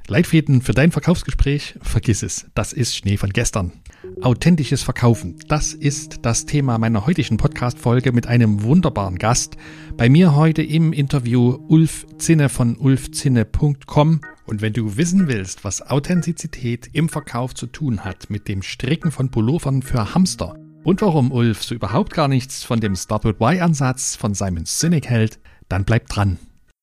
Leitfäden für dein Verkaufsgespräch? Vergiss es, das ist Schnee von gestern. Authentisches Verkaufen, das ist das Thema meiner heutigen Podcast-Folge mit einem wunderbaren Gast. Bei mir heute im Interview Ulf Zinne von ulfzinne.com. Und wenn du wissen willst, was Authentizität im Verkauf zu tun hat mit dem Stricken von Pullovern für Hamster und warum Ulf so überhaupt gar nichts von dem Start with Why-Ansatz von Simon Sinek hält, dann bleib dran.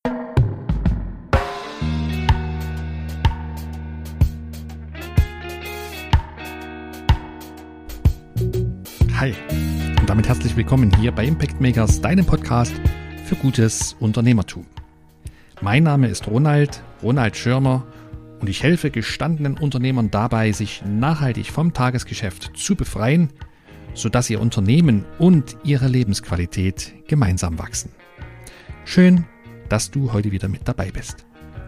Hi und damit herzlich willkommen hier bei Impact Makers, deinem Podcast für gutes Unternehmertum. Mein Name ist Ronald Schirmer und ich helfe gestandenen Unternehmern dabei, sich nachhaltig vom Tagesgeschäft zu befreien, sodass ihr Unternehmen und ihre Lebensqualität gemeinsam wachsen. Schön, dass du heute wieder mit dabei bist.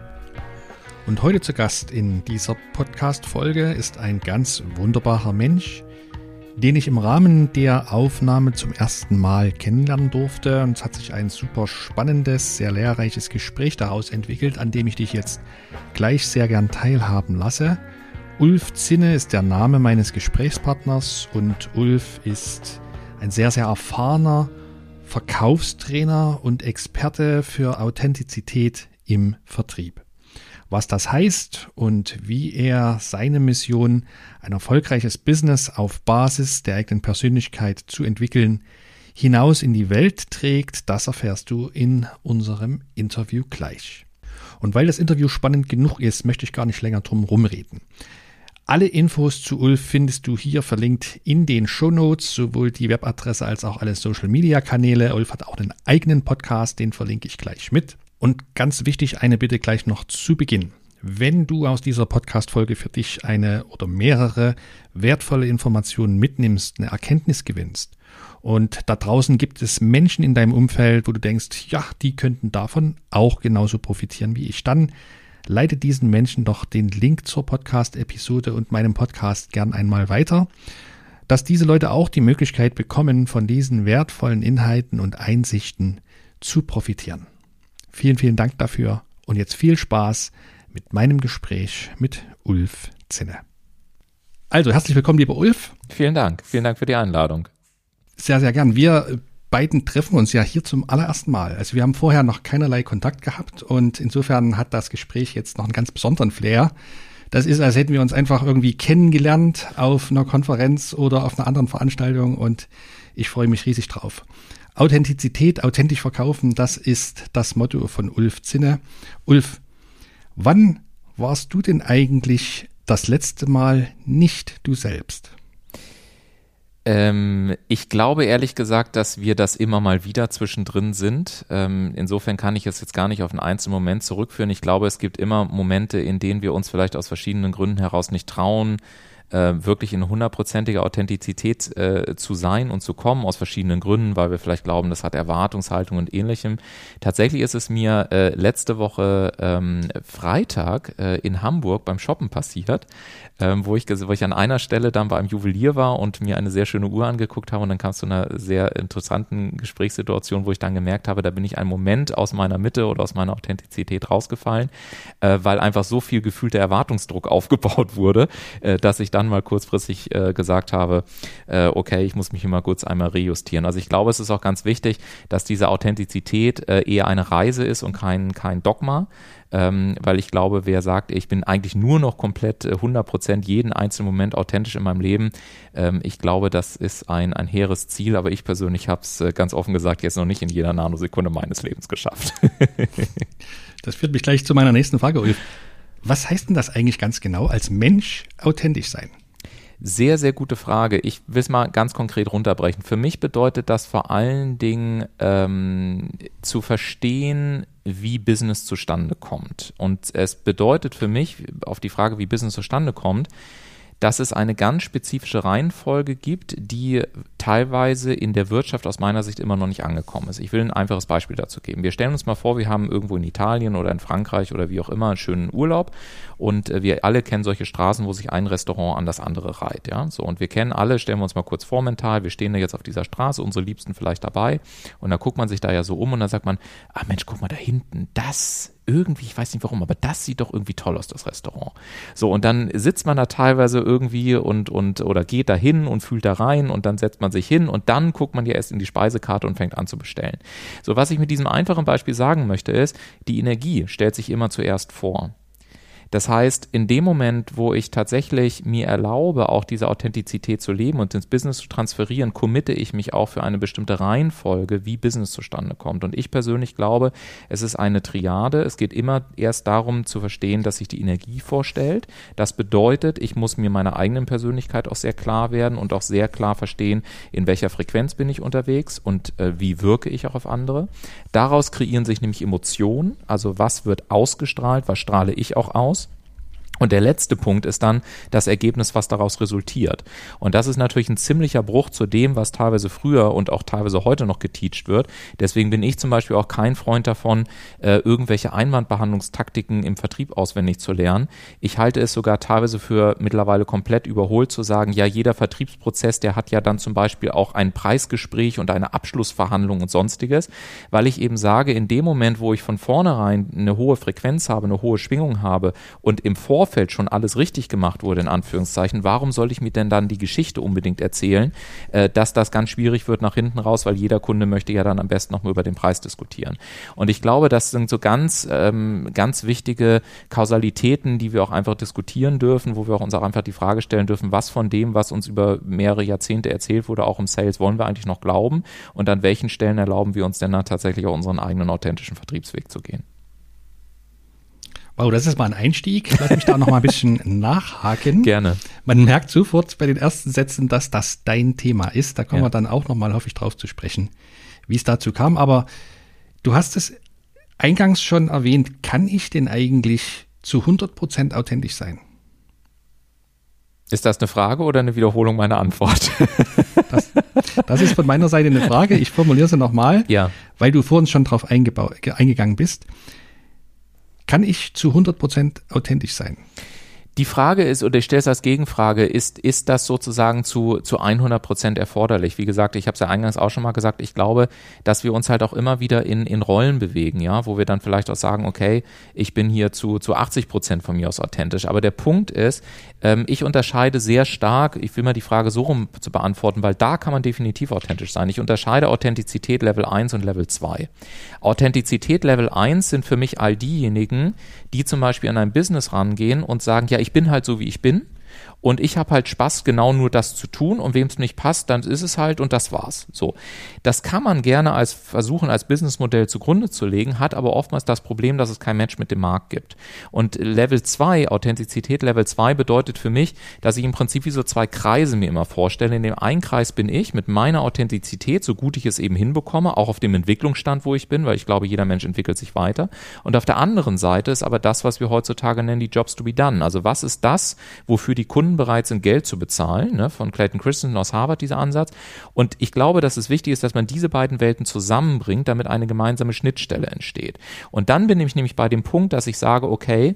Und heute zu Gast in dieser Podcast-Folge ist ein ganz wunderbarer Mensch, den ich im Rahmen der Aufnahme zum ersten Mal kennenlernen durfte. Und es hat sich ein super spannendes, sehr lehrreiches Gespräch daraus entwickelt, an dem ich dich jetzt gleich sehr gern teilhaben lasse. Ulf Zinne ist der Name meines Gesprächspartners und Ulf ist ein sehr, sehr erfahrener Verkaufstrainer und Experte für Authentizität im Vertrieb. Was das heißt und wie er seine Mission, ein erfolgreiches Business auf Basis der eigenen Persönlichkeit zu entwickeln, hinaus in die Welt trägt, das erfährst du in unserem Interview gleich. Und weil das Interview spannend genug ist, möchte ich gar nicht länger drum rumreden. Alle Infos zu Ulf findest du hier verlinkt in den Shownotes, sowohl die Webadresse als auch alle Social-Media-Kanäle. Ulf hat auch einen eigenen Podcast, den verlinke ich gleich mit. Und ganz wichtig, eine Bitte gleich noch zu Beginn. Wenn du aus dieser Podcast-Folge für dich eine oder mehrere wertvolle Informationen mitnimmst, eine Erkenntnis gewinnst und da draußen gibt es Menschen in deinem Umfeld, wo du denkst, ja, die könnten davon auch genauso profitieren wie ich, dann leite diesen Menschen doch den Link zur Podcast-Episode und meinem Podcast gern einmal weiter, dass diese Leute auch die Möglichkeit bekommen, von diesen wertvollen Inhalten und Einsichten zu profitieren. Vielen, vielen Dank dafür und jetzt viel Spaß mit meinem Gespräch mit Ulf Zinne. Also, herzlich willkommen, lieber Ulf. Vielen Dank für die Einladung. Sehr, sehr gern. Wir beiden treffen uns ja hier zum allerersten Mal. Also wir haben vorher noch keinerlei Kontakt gehabt und insofern hat das Gespräch jetzt noch einen ganz besonderen Flair. Das ist, als hätten wir uns einfach irgendwie kennengelernt auf einer Konferenz oder auf einer anderen Veranstaltung und ich freue mich riesig drauf. Authentizität, authentisch verkaufen, das ist das Motto von Ulf Zinne. Ulf, wann warst du denn eigentlich das letzte Mal nicht du selbst? Ich glaube ehrlich gesagt, dass wir das immer mal wieder zwischendrin sind. Insofern kann ich es jetzt gar nicht auf einen einzelnen Moment zurückführen. Ich glaube, es gibt immer Momente, in denen wir uns vielleicht aus verschiedenen Gründen heraus nicht trauen, wirklich in 100%iger Authentizität zu sein und zu kommen, aus verschiedenen Gründen, weil wir vielleicht glauben, das hat Erwartungshaltung und Ähnlichem. Tatsächlich ist es mir letzte Woche Freitag in Hamburg beim Shoppen passiert, wo ich an einer Stelle dann bei einem Juwelier war und mir eine sehr schöne Uhr angeguckt habe und dann kam es zu einer sehr interessanten Gesprächssituation, wo ich dann gemerkt habe, da bin ich einen Moment aus meiner Mitte oder aus meiner Authentizität rausgefallen, weil einfach so viel gefühlter Erwartungsdruck aufgebaut wurde, dass ich dann mal kurzfristig gesagt habe, okay, ich muss mich immer kurz einmal rejustieren. Also ich glaube, es ist auch ganz wichtig, dass diese Authentizität eher eine Reise ist und kein Dogma, weil ich glaube, wer sagt, ich bin eigentlich nur noch komplett 100% jeden einzelnen Moment authentisch in meinem Leben, ich glaube, das ist ein hehres Ziel, aber ich persönlich habe es ganz offen gesagt jetzt noch nicht in jeder Nanosekunde meines Lebens geschafft. Das führt mich gleich zu meiner nächsten Frage, Ulf. Was heißt denn das eigentlich ganz genau, als Mensch authentisch sein? Sehr, sehr gute Frage. Ich will es mal ganz konkret runterbrechen. Für mich bedeutet das vor allen Dingen zu verstehen, wie Business zustande kommt. Und es bedeutet für mich, auf die Frage, wie Business zustande kommt, dass es eine ganz spezifische Reihenfolge gibt, die teilweise in der Wirtschaft aus meiner Sicht immer noch nicht angekommen ist. Ich will ein einfaches Beispiel dazu geben. Wir stellen uns mal vor, wir haben irgendwo in Italien oder in Frankreich oder wie auch immer einen schönen Urlaub und wir alle kennen solche Straßen, wo sich ein Restaurant an das andere reiht. Ja? So, und wir kennen alle, stellen wir uns mal kurz vor mental, wir stehen da jetzt auf dieser Straße, unsere Liebsten vielleicht dabei und dann guckt man sich da ja so um und dann sagt man, ah Mensch, guck mal da hinten, das irgendwie, ich weiß nicht warum, aber das sieht doch irgendwie toll aus, das Restaurant. So, und dann sitzt man da teilweise irgendwie oder geht da hin und fühlt da rein und dann setzt man sich hin und dann guckt man ja erst in die Speisekarte und fängt an zu bestellen. So, was ich mit diesem einfachen Beispiel sagen möchte ist, die Energie stellt sich immer zuerst vor. Das heißt, in dem Moment, wo ich tatsächlich mir erlaube, auch diese Authentizität zu leben und ins Business zu transferieren, committe ich mich auch für eine bestimmte Reihenfolge, wie Business zustande kommt. Und ich persönlich glaube, es ist eine Triade. Es geht immer erst darum zu verstehen, dass sich die Energie vorstellt. Das bedeutet, ich muss mir meiner eigenen Persönlichkeit auch sehr klar werden und auch sehr klar verstehen, in welcher Frequenz bin ich unterwegs und wie wirke ich auch auf andere. Daraus kreieren sich nämlich Emotionen, also was wird ausgestrahlt, was strahle ich auch aus. Und der letzte Punkt ist dann das Ergebnis, was daraus resultiert. Und das ist natürlich ein ziemlicher Bruch zu dem, was teilweise früher und auch teilweise heute noch geteacht wird. Deswegen bin ich zum Beispiel auch kein Freund davon, irgendwelche Einwandbehandlungstaktiken im Vertrieb auswendig zu lernen. Ich halte es sogar teilweise für mittlerweile komplett überholt zu sagen, ja, jeder Vertriebsprozess, der hat ja dann zum Beispiel auch ein Preisgespräch und eine Abschlussverhandlung und sonstiges, weil ich eben sage, in dem Moment, wo ich von vornherein eine hohe Frequenz habe, eine hohe Schwingung habe und im Vorfeld schon alles richtig gemacht wurde, in Anführungszeichen, warum soll ich mir denn dann die Geschichte unbedingt erzählen, dass das ganz schwierig wird nach hinten raus, weil jeder Kunde möchte ja dann am besten noch mal über den Preis diskutieren. Und ich glaube, das sind so ganz wichtige Kausalitäten, die wir auch einfach diskutieren dürfen, wo wir auch uns auch einfach die Frage stellen dürfen, was von dem, was uns über mehrere Jahrzehnte erzählt wurde, auch im Sales, wollen wir eigentlich noch glauben und an welchen Stellen erlauben wir uns denn dann tatsächlich auch unseren eigenen authentischen Vertriebsweg zu gehen. Wow, das ist mal ein Einstieg. Lass mich da noch mal ein bisschen nachhaken. Gerne. Man merkt sofort bei den ersten Sätzen, dass das dein Thema ist. Da kommen wir dann auch noch mal, hoffe ich, drauf zu sprechen, wie es dazu kam. Aber du hast es eingangs schon erwähnt. Kann ich denn eigentlich zu 100% authentisch sein? Ist das eine Frage oder eine Wiederholung meiner Antwort? Das ist von meiner Seite eine Frage. Ich formuliere sie nochmal, weil du vorhin schon drauf eingegangen bist. Kann ich zu 100% authentisch sein? Die Frage ist, oder ich stelle es als Gegenfrage, ist das sozusagen zu 100% erforderlich? Wie gesagt, ich habe es ja eingangs auch schon mal gesagt, ich glaube, dass wir uns halt auch immer wieder in Rollen bewegen, ja, wo wir dann vielleicht auch sagen, okay, ich bin hier zu 80% von mir aus authentisch. Aber der Punkt ist, ich unterscheide sehr stark, ich will mal die Frage so rum zu beantworten, weil da kann man definitiv authentisch sein. Ich unterscheide Authentizität Level 1 und Level 2. Authentizität Level 1 sind für mich all diejenigen, die zum Beispiel an ein Business rangehen und sagen, ja, ich bin halt so, wie ich bin und ich habe halt Spaß, genau nur das zu tun und wem es nicht passt, dann ist es halt und das war's. So, das kann man gerne versuchen als Businessmodell zugrunde zu legen, hat aber oftmals das Problem, dass es kein Match mit dem Markt gibt. Und Level 2, Authentizität Level 2 bedeutet für mich, dass ich im Prinzip wie so zwei Kreise mir immer vorstelle. In dem einen Kreis bin ich mit meiner Authentizität, so gut ich es eben hinbekomme, auch auf dem Entwicklungsstand, wo ich bin, weil ich glaube, jeder Mensch entwickelt sich weiter. Und auf der anderen Seite ist aber das, was wir heutzutage nennen, die Jobs to be done. Also was ist das, wofür die Kunden bereit sind, Geld zu bezahlen, ne, von Clayton Christensen aus Harvard, dieser Ansatz. Und ich glaube, dass es wichtig ist, dass man diese beiden Welten zusammenbringt, damit eine gemeinsame Schnittstelle entsteht. Und dann bin ich nämlich bei dem Punkt, dass ich sage, okay,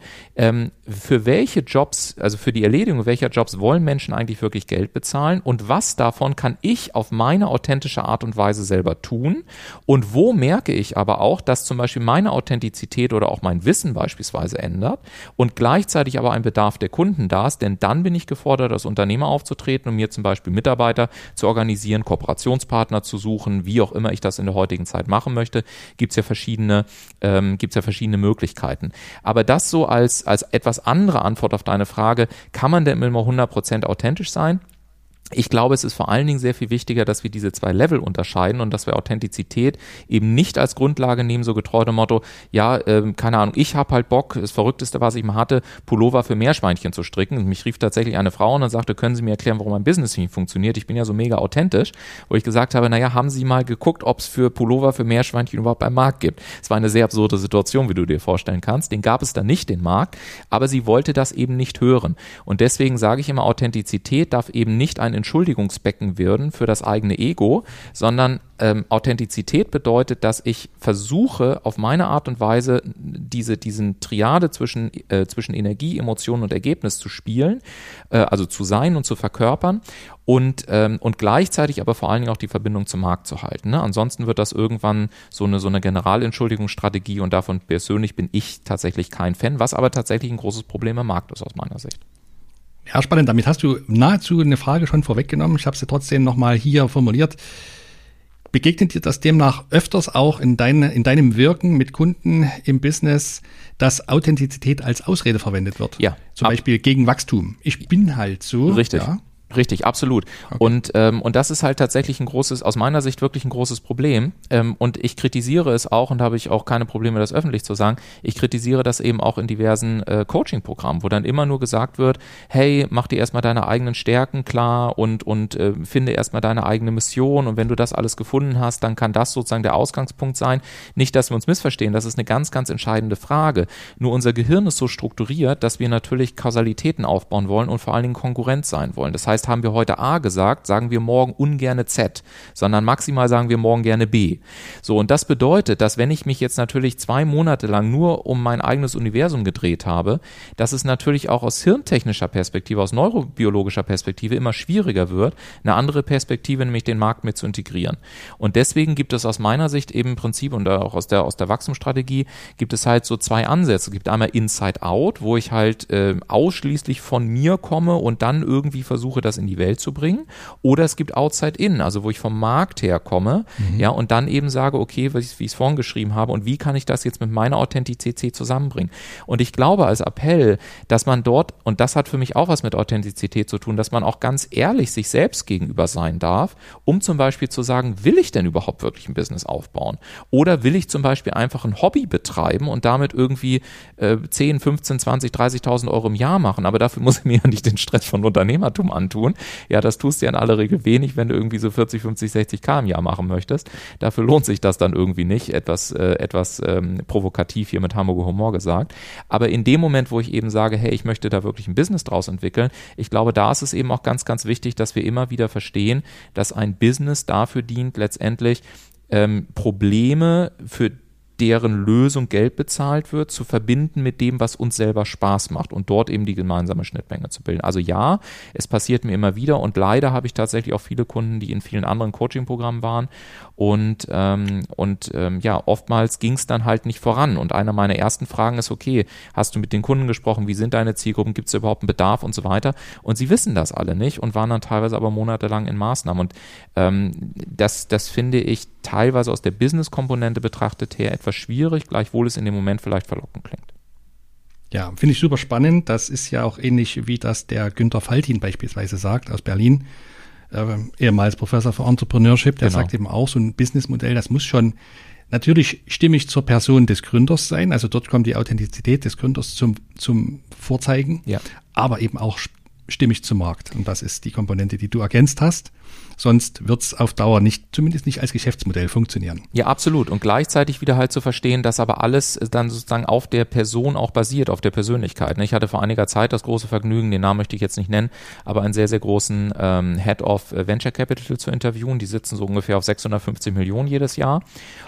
für welche Jobs, also für die Erledigung welcher Jobs wollen Menschen eigentlich wirklich Geld bezahlen und was davon kann ich auf meine authentische Art und Weise selber tun und wo merke ich aber auch, dass zum Beispiel meine Authentizität oder auch mein Wissen beispielsweise ändert und gleichzeitig aber ein Bedarf der Kunden da ist, denn dann bin ich gefordert, als Unternehmer aufzutreten und mir zum Beispiel Mitarbeiter zu organisieren, Kooperationspartner zu suchen, wie auch immer ich das in der heutigen Zeit machen möchte, gibt's ja verschiedene Möglichkeiten. Aber das so als etwas andere Antwort auf deine Frage, kann man denn immer 100% authentisch sein? Ich glaube, es ist vor allen Dingen sehr viel wichtiger, dass wir diese zwei Level unterscheiden und dass wir Authentizität eben nicht als Grundlage nehmen, so getreu dem Motto, ja, keine Ahnung, ich habe halt Bock, das Verrückteste, was ich mal hatte, Pullover für Meerschweinchen zu stricken. Und mich rief tatsächlich eine Frau an und sagte, können Sie mir erklären, warum mein Business nicht funktioniert? Ich bin ja so mega authentisch, wo ich gesagt habe, naja, haben Sie mal geguckt, ob es für Pullover für Meerschweinchen überhaupt einen Markt gibt? Es war eine sehr absurde Situation, wie du dir vorstellen kannst. Den gab es da nicht, den Markt, aber sie wollte das eben nicht hören. Und deswegen sage ich immer, Authentizität darf eben nicht ein Entschuldigungsbecken werden für das eigene Ego, sondern Authentizität bedeutet, dass ich versuche, auf meine Art und Weise diesen Triade zwischen Energie, Emotion und Ergebnis zu spielen, also zu sein und zu verkörpern und gleichzeitig aber vor allen Dingen auch die Verbindung zum Markt zu halten. Ne? Ansonsten wird das irgendwann so eine Generalentschuldigungsstrategie und davon persönlich bin ich tatsächlich kein Fan, was aber tatsächlich ein großes Problem im Markt ist aus meiner Sicht. Ja, spannend. Damit hast du nahezu eine Frage schon vorweggenommen. Ich habe sie trotzdem nochmal hier formuliert. Begegnet dir das demnach öfters auch in deinem Wirken mit Kunden im Business, dass Authentizität als Ausrede verwendet wird? Ja. Zum Beispiel gegen Wachstum. Ich bin halt so. Richtig. Ja. Richtig, absolut. Okay. Und das ist halt tatsächlich aus meiner Sicht wirklich ein großes Problem. Und ich kritisiere es auch, und da habe ich auch keine Probleme, das öffentlich zu sagen, ich kritisiere das eben auch in diversen Coaching-Programmen, wo dann immer nur gesagt wird, hey, mach dir erstmal deine eigenen Stärken klar und finde erstmal deine eigene Mission und wenn du das alles gefunden hast, dann kann das sozusagen der Ausgangspunkt sein. Nicht, dass wir uns missverstehen, das ist eine ganz, ganz entscheidende Frage. Nur unser Gehirn ist so strukturiert, dass wir natürlich Kausalitäten aufbauen wollen und vor allen Dingen Konkurrent sein wollen. Das heißt, haben wir heute A gesagt, sagen wir morgen ungerne Z, sondern maximal sagen wir morgen gerne B. So, und das bedeutet, dass wenn ich mich jetzt natürlich 2 Monate lang nur um mein eigenes Universum gedreht habe, dass es natürlich auch aus hirntechnischer Perspektive, aus neurobiologischer Perspektive immer schwieriger wird, eine andere Perspektive, nämlich den Markt mit zu integrieren. Und deswegen gibt es aus meiner Sicht eben im Prinzip und auch aus der Wachstumsstrategie gibt es halt so 2 Ansätze. Es gibt einmal Inside Out, wo ich halt ausschließlich von mir komme und dann irgendwie versuche, das in die Welt zu bringen, oder es gibt Outside In, also wo ich vom Markt her komme, ja, und dann eben sage, okay, wie ich es vorhin geschrieben habe und wie kann ich das jetzt mit meiner Authentizität zusammenbringen? Und ich glaube als Appell, dass man dort, und das hat für mich auch was mit Authentizität zu tun, dass man auch ganz ehrlich sich selbst gegenüber sein darf, um zum Beispiel zu sagen, will ich denn überhaupt wirklich ein Business aufbauen? Oder will ich zum Beispiel einfach ein Hobby betreiben und damit irgendwie 10, 15, 20, 30.000 Euro im Jahr machen, aber dafür muss ich mir ja nicht den Stress von Unternehmertum antun. Ja, das tust du ja in aller Regel wenig, wenn du irgendwie so 40, 50, 60k im Jahr machen möchtest. Dafür lohnt sich das dann irgendwie nicht, etwas provokativ hier mit Hamburger Humor gesagt. Aber in dem Moment, wo ich eben sage, hey, ich möchte da wirklich ein Business draus entwickeln, ich glaube, da ist es eben auch ganz, ganz wichtig, dass wir immer wieder verstehen, dass ein Business dafür dient, letztendlich Probleme, für deren Lösung Geld bezahlt wird, zu verbinden mit dem, was uns selber Spaß macht und dort eben die gemeinsame Schnittmenge zu bilden. Also ja, es passiert mir immer wieder und leider habe ich tatsächlich auch viele Kunden, die in vielen anderen Coaching-Programmen waren und oftmals ging es dann halt nicht voran und eine meiner ersten Fragen ist, okay, hast du mit den Kunden gesprochen, wie sind deine Zielgruppen, gibt es überhaupt einen Bedarf und so weiter und sie wissen das alle nicht und waren dann teilweise aber monatelang in Maßnahmen und das finde ich teilweise aus der Business-Komponente betrachtet her etwas schwierig, gleichwohl es in dem Moment vielleicht verlockend klingt. Ja, finde ich super spannend. Das ist ja auch ähnlich, wie das der Günther Faltin beispielsweise sagt aus Berlin, ehemals Professor für Entrepreneurship. Der sagt eben auch, so ein Businessmodell, das muss schon natürlich stimmig zur Person des Gründers sein. Also dort kommt die Authentizität des Gründers zum Vorzeigen, aber eben auch stimmig zum Markt. Und das ist die Komponente, die du ergänzt hast. Sonst wird es auf Dauer zumindest nicht als Geschäftsmodell funktionieren. Ja, absolut. Und gleichzeitig wieder halt zu verstehen, dass aber alles dann sozusagen auf der Person auch basiert, auf der Persönlichkeit. Ich hatte vor einiger Zeit das große Vergnügen, den Namen möchte ich jetzt nicht nennen, aber einen sehr, sehr großen Head of Venture Capital zu interviewen. Die sitzen so ungefähr auf 650 Millionen jedes Jahr.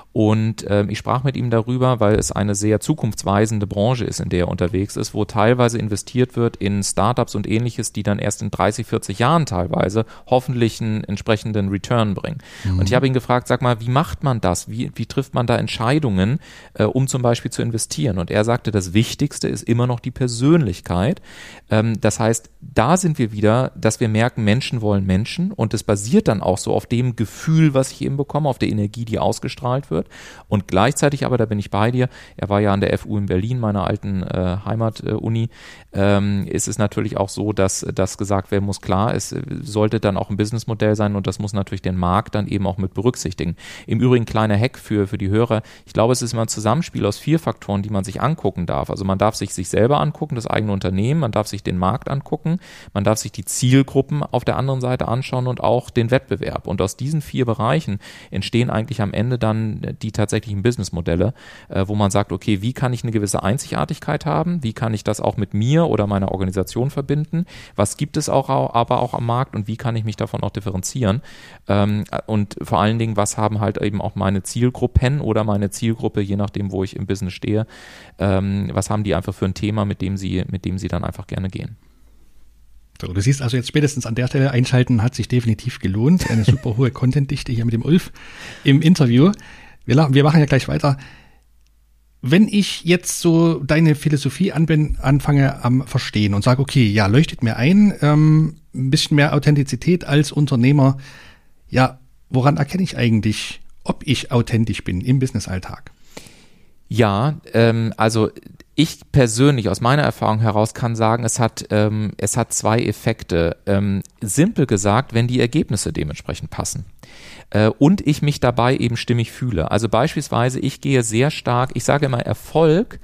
Und ich sprach mit ihm darüber, weil es eine sehr zukunftsweisende Branche ist, in der er unterwegs ist, wo teilweise investiert wird in Startups und Ähnliches, die dann erst in 30, 40 Jahren teilweise hoffentlich einen entsprechenden Return bringen. Und ich habe ihn gefragt, sag mal, wie macht man das? Wie trifft man da Entscheidungen, um zum Beispiel zu investieren? Und er sagte, das Wichtigste ist immer noch die Persönlichkeit. Das heißt, da sind wir wieder, dass wir merken, Menschen wollen Menschen und es basiert dann auch so auf dem Gefühl, was ich eben bekomme, auf der Energie, die ausgestrahlt wird. Und gleichzeitig aber, da bin ich bei dir, er war ja an der FU in Berlin, meiner alten Heimatuni, ist es natürlich auch so, dass das gesagt werden muss, klar, es sollte dann auch ein Businessmodell sein und das muss natürlich den Markt dann eben auch mit berücksichtigen. Im Übrigen kleiner Hack für die Hörer, ich glaube, es ist immer ein Zusammenspiel aus 4 Faktoren, die man sich angucken darf. Also man darf sich selber angucken, das eigene Unternehmen, man darf sich den Markt angucken, man darf sich die Zielgruppen auf der anderen Seite anschauen und auch den Wettbewerb. Und aus diesen 4 Bereichen entstehen eigentlich am Ende dann die tatsächlichen Businessmodelle, wo man sagt, okay, wie kann ich eine gewisse Einzigartigkeit haben? Wie kann ich das auch mit mir oder meiner Organisation verbinden? Was gibt es aber auch am Markt und wie kann ich mich davon auch differenzieren? Und vor allen Dingen, was haben halt eben auch meine Zielgruppen oder meine Zielgruppe, je nachdem, wo ich im Business stehe, was haben die einfach für ein Thema, mit dem sie dann einfach gerne gehen? So, du siehst also jetzt spätestens an der Stelle, einschalten hat sich definitiv gelohnt. Eine super hohe Contentdichte hier mit dem Ulf im Interview. Wir machen ja gleich weiter. Wenn ich jetzt so deine Philosophie anfange am Verstehen und sage, okay, ja, leuchtet mir ein, ein bisschen mehr Authentizität als Unternehmer. Ja, woran erkenne ich eigentlich, ob ich authentisch bin im Businessalltag? Ja, also ich persönlich aus meiner Erfahrung heraus kann sagen, es hat zwei Effekte. Simpel gesagt, wenn die Ergebnisse dementsprechend passen. Und ich mich dabei eben stimmig fühle. Also beispielsweise, ich gehe sehr stark, ich sage immer, Erfolg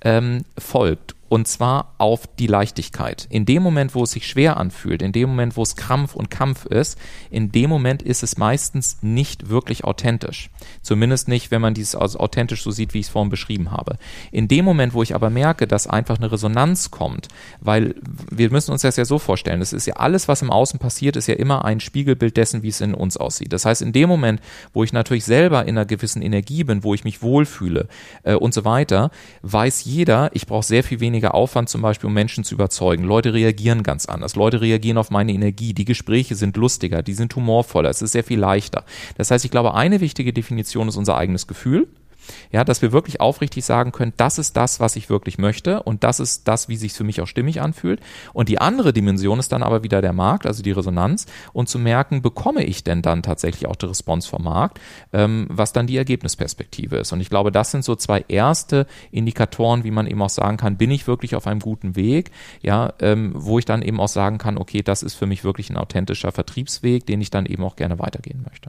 folgt. Und zwar auf die Leichtigkeit. In dem Moment, wo es sich schwer anfühlt, in dem Moment, wo es Krampf und Kampf ist, in dem Moment ist es meistens nicht wirklich authentisch. Zumindest nicht, wenn man dieses als authentisch so sieht, wie ich es vorhin beschrieben habe. In dem Moment, wo ich aber merke, dass einfach eine Resonanz kommt, weil wir müssen uns das ja so vorstellen, das ist ja alles, was im Außen passiert, ist ja immer ein Spiegelbild dessen, wie es in uns aussieht. Das heißt, in dem Moment, wo ich natürlich selber in einer gewissen Energie bin, wo ich mich wohlfühle und so weiter, weiß jeder, ich brauche sehr viel weniger Aufwand zum Beispiel, um Menschen zu überzeugen. Leute reagieren ganz anders. Leute reagieren auf meine Energie. Die Gespräche sind lustiger, die sind humorvoller. Es ist sehr viel leichter. Das heißt, ich glaube, eine wichtige Definition ist unser eigenes Gefühl. Ja, dass wir wirklich aufrichtig sagen können, das ist das, was ich wirklich möchte und das ist das, wie sich für mich auch stimmig anfühlt. Und die andere Dimension ist dann aber wieder der Markt, also die Resonanz und zu merken, bekomme ich denn dann tatsächlich auch die Response vom Markt, was dann die Ergebnisperspektive ist. Und ich glaube, das sind so zwei erste Indikatoren, wie man eben auch sagen kann, bin ich wirklich auf einem guten Weg, ja, wo ich dann eben auch sagen kann, okay, das ist für mich wirklich ein authentischer Vertriebsweg, den ich dann eben auch gerne weitergehen möchte.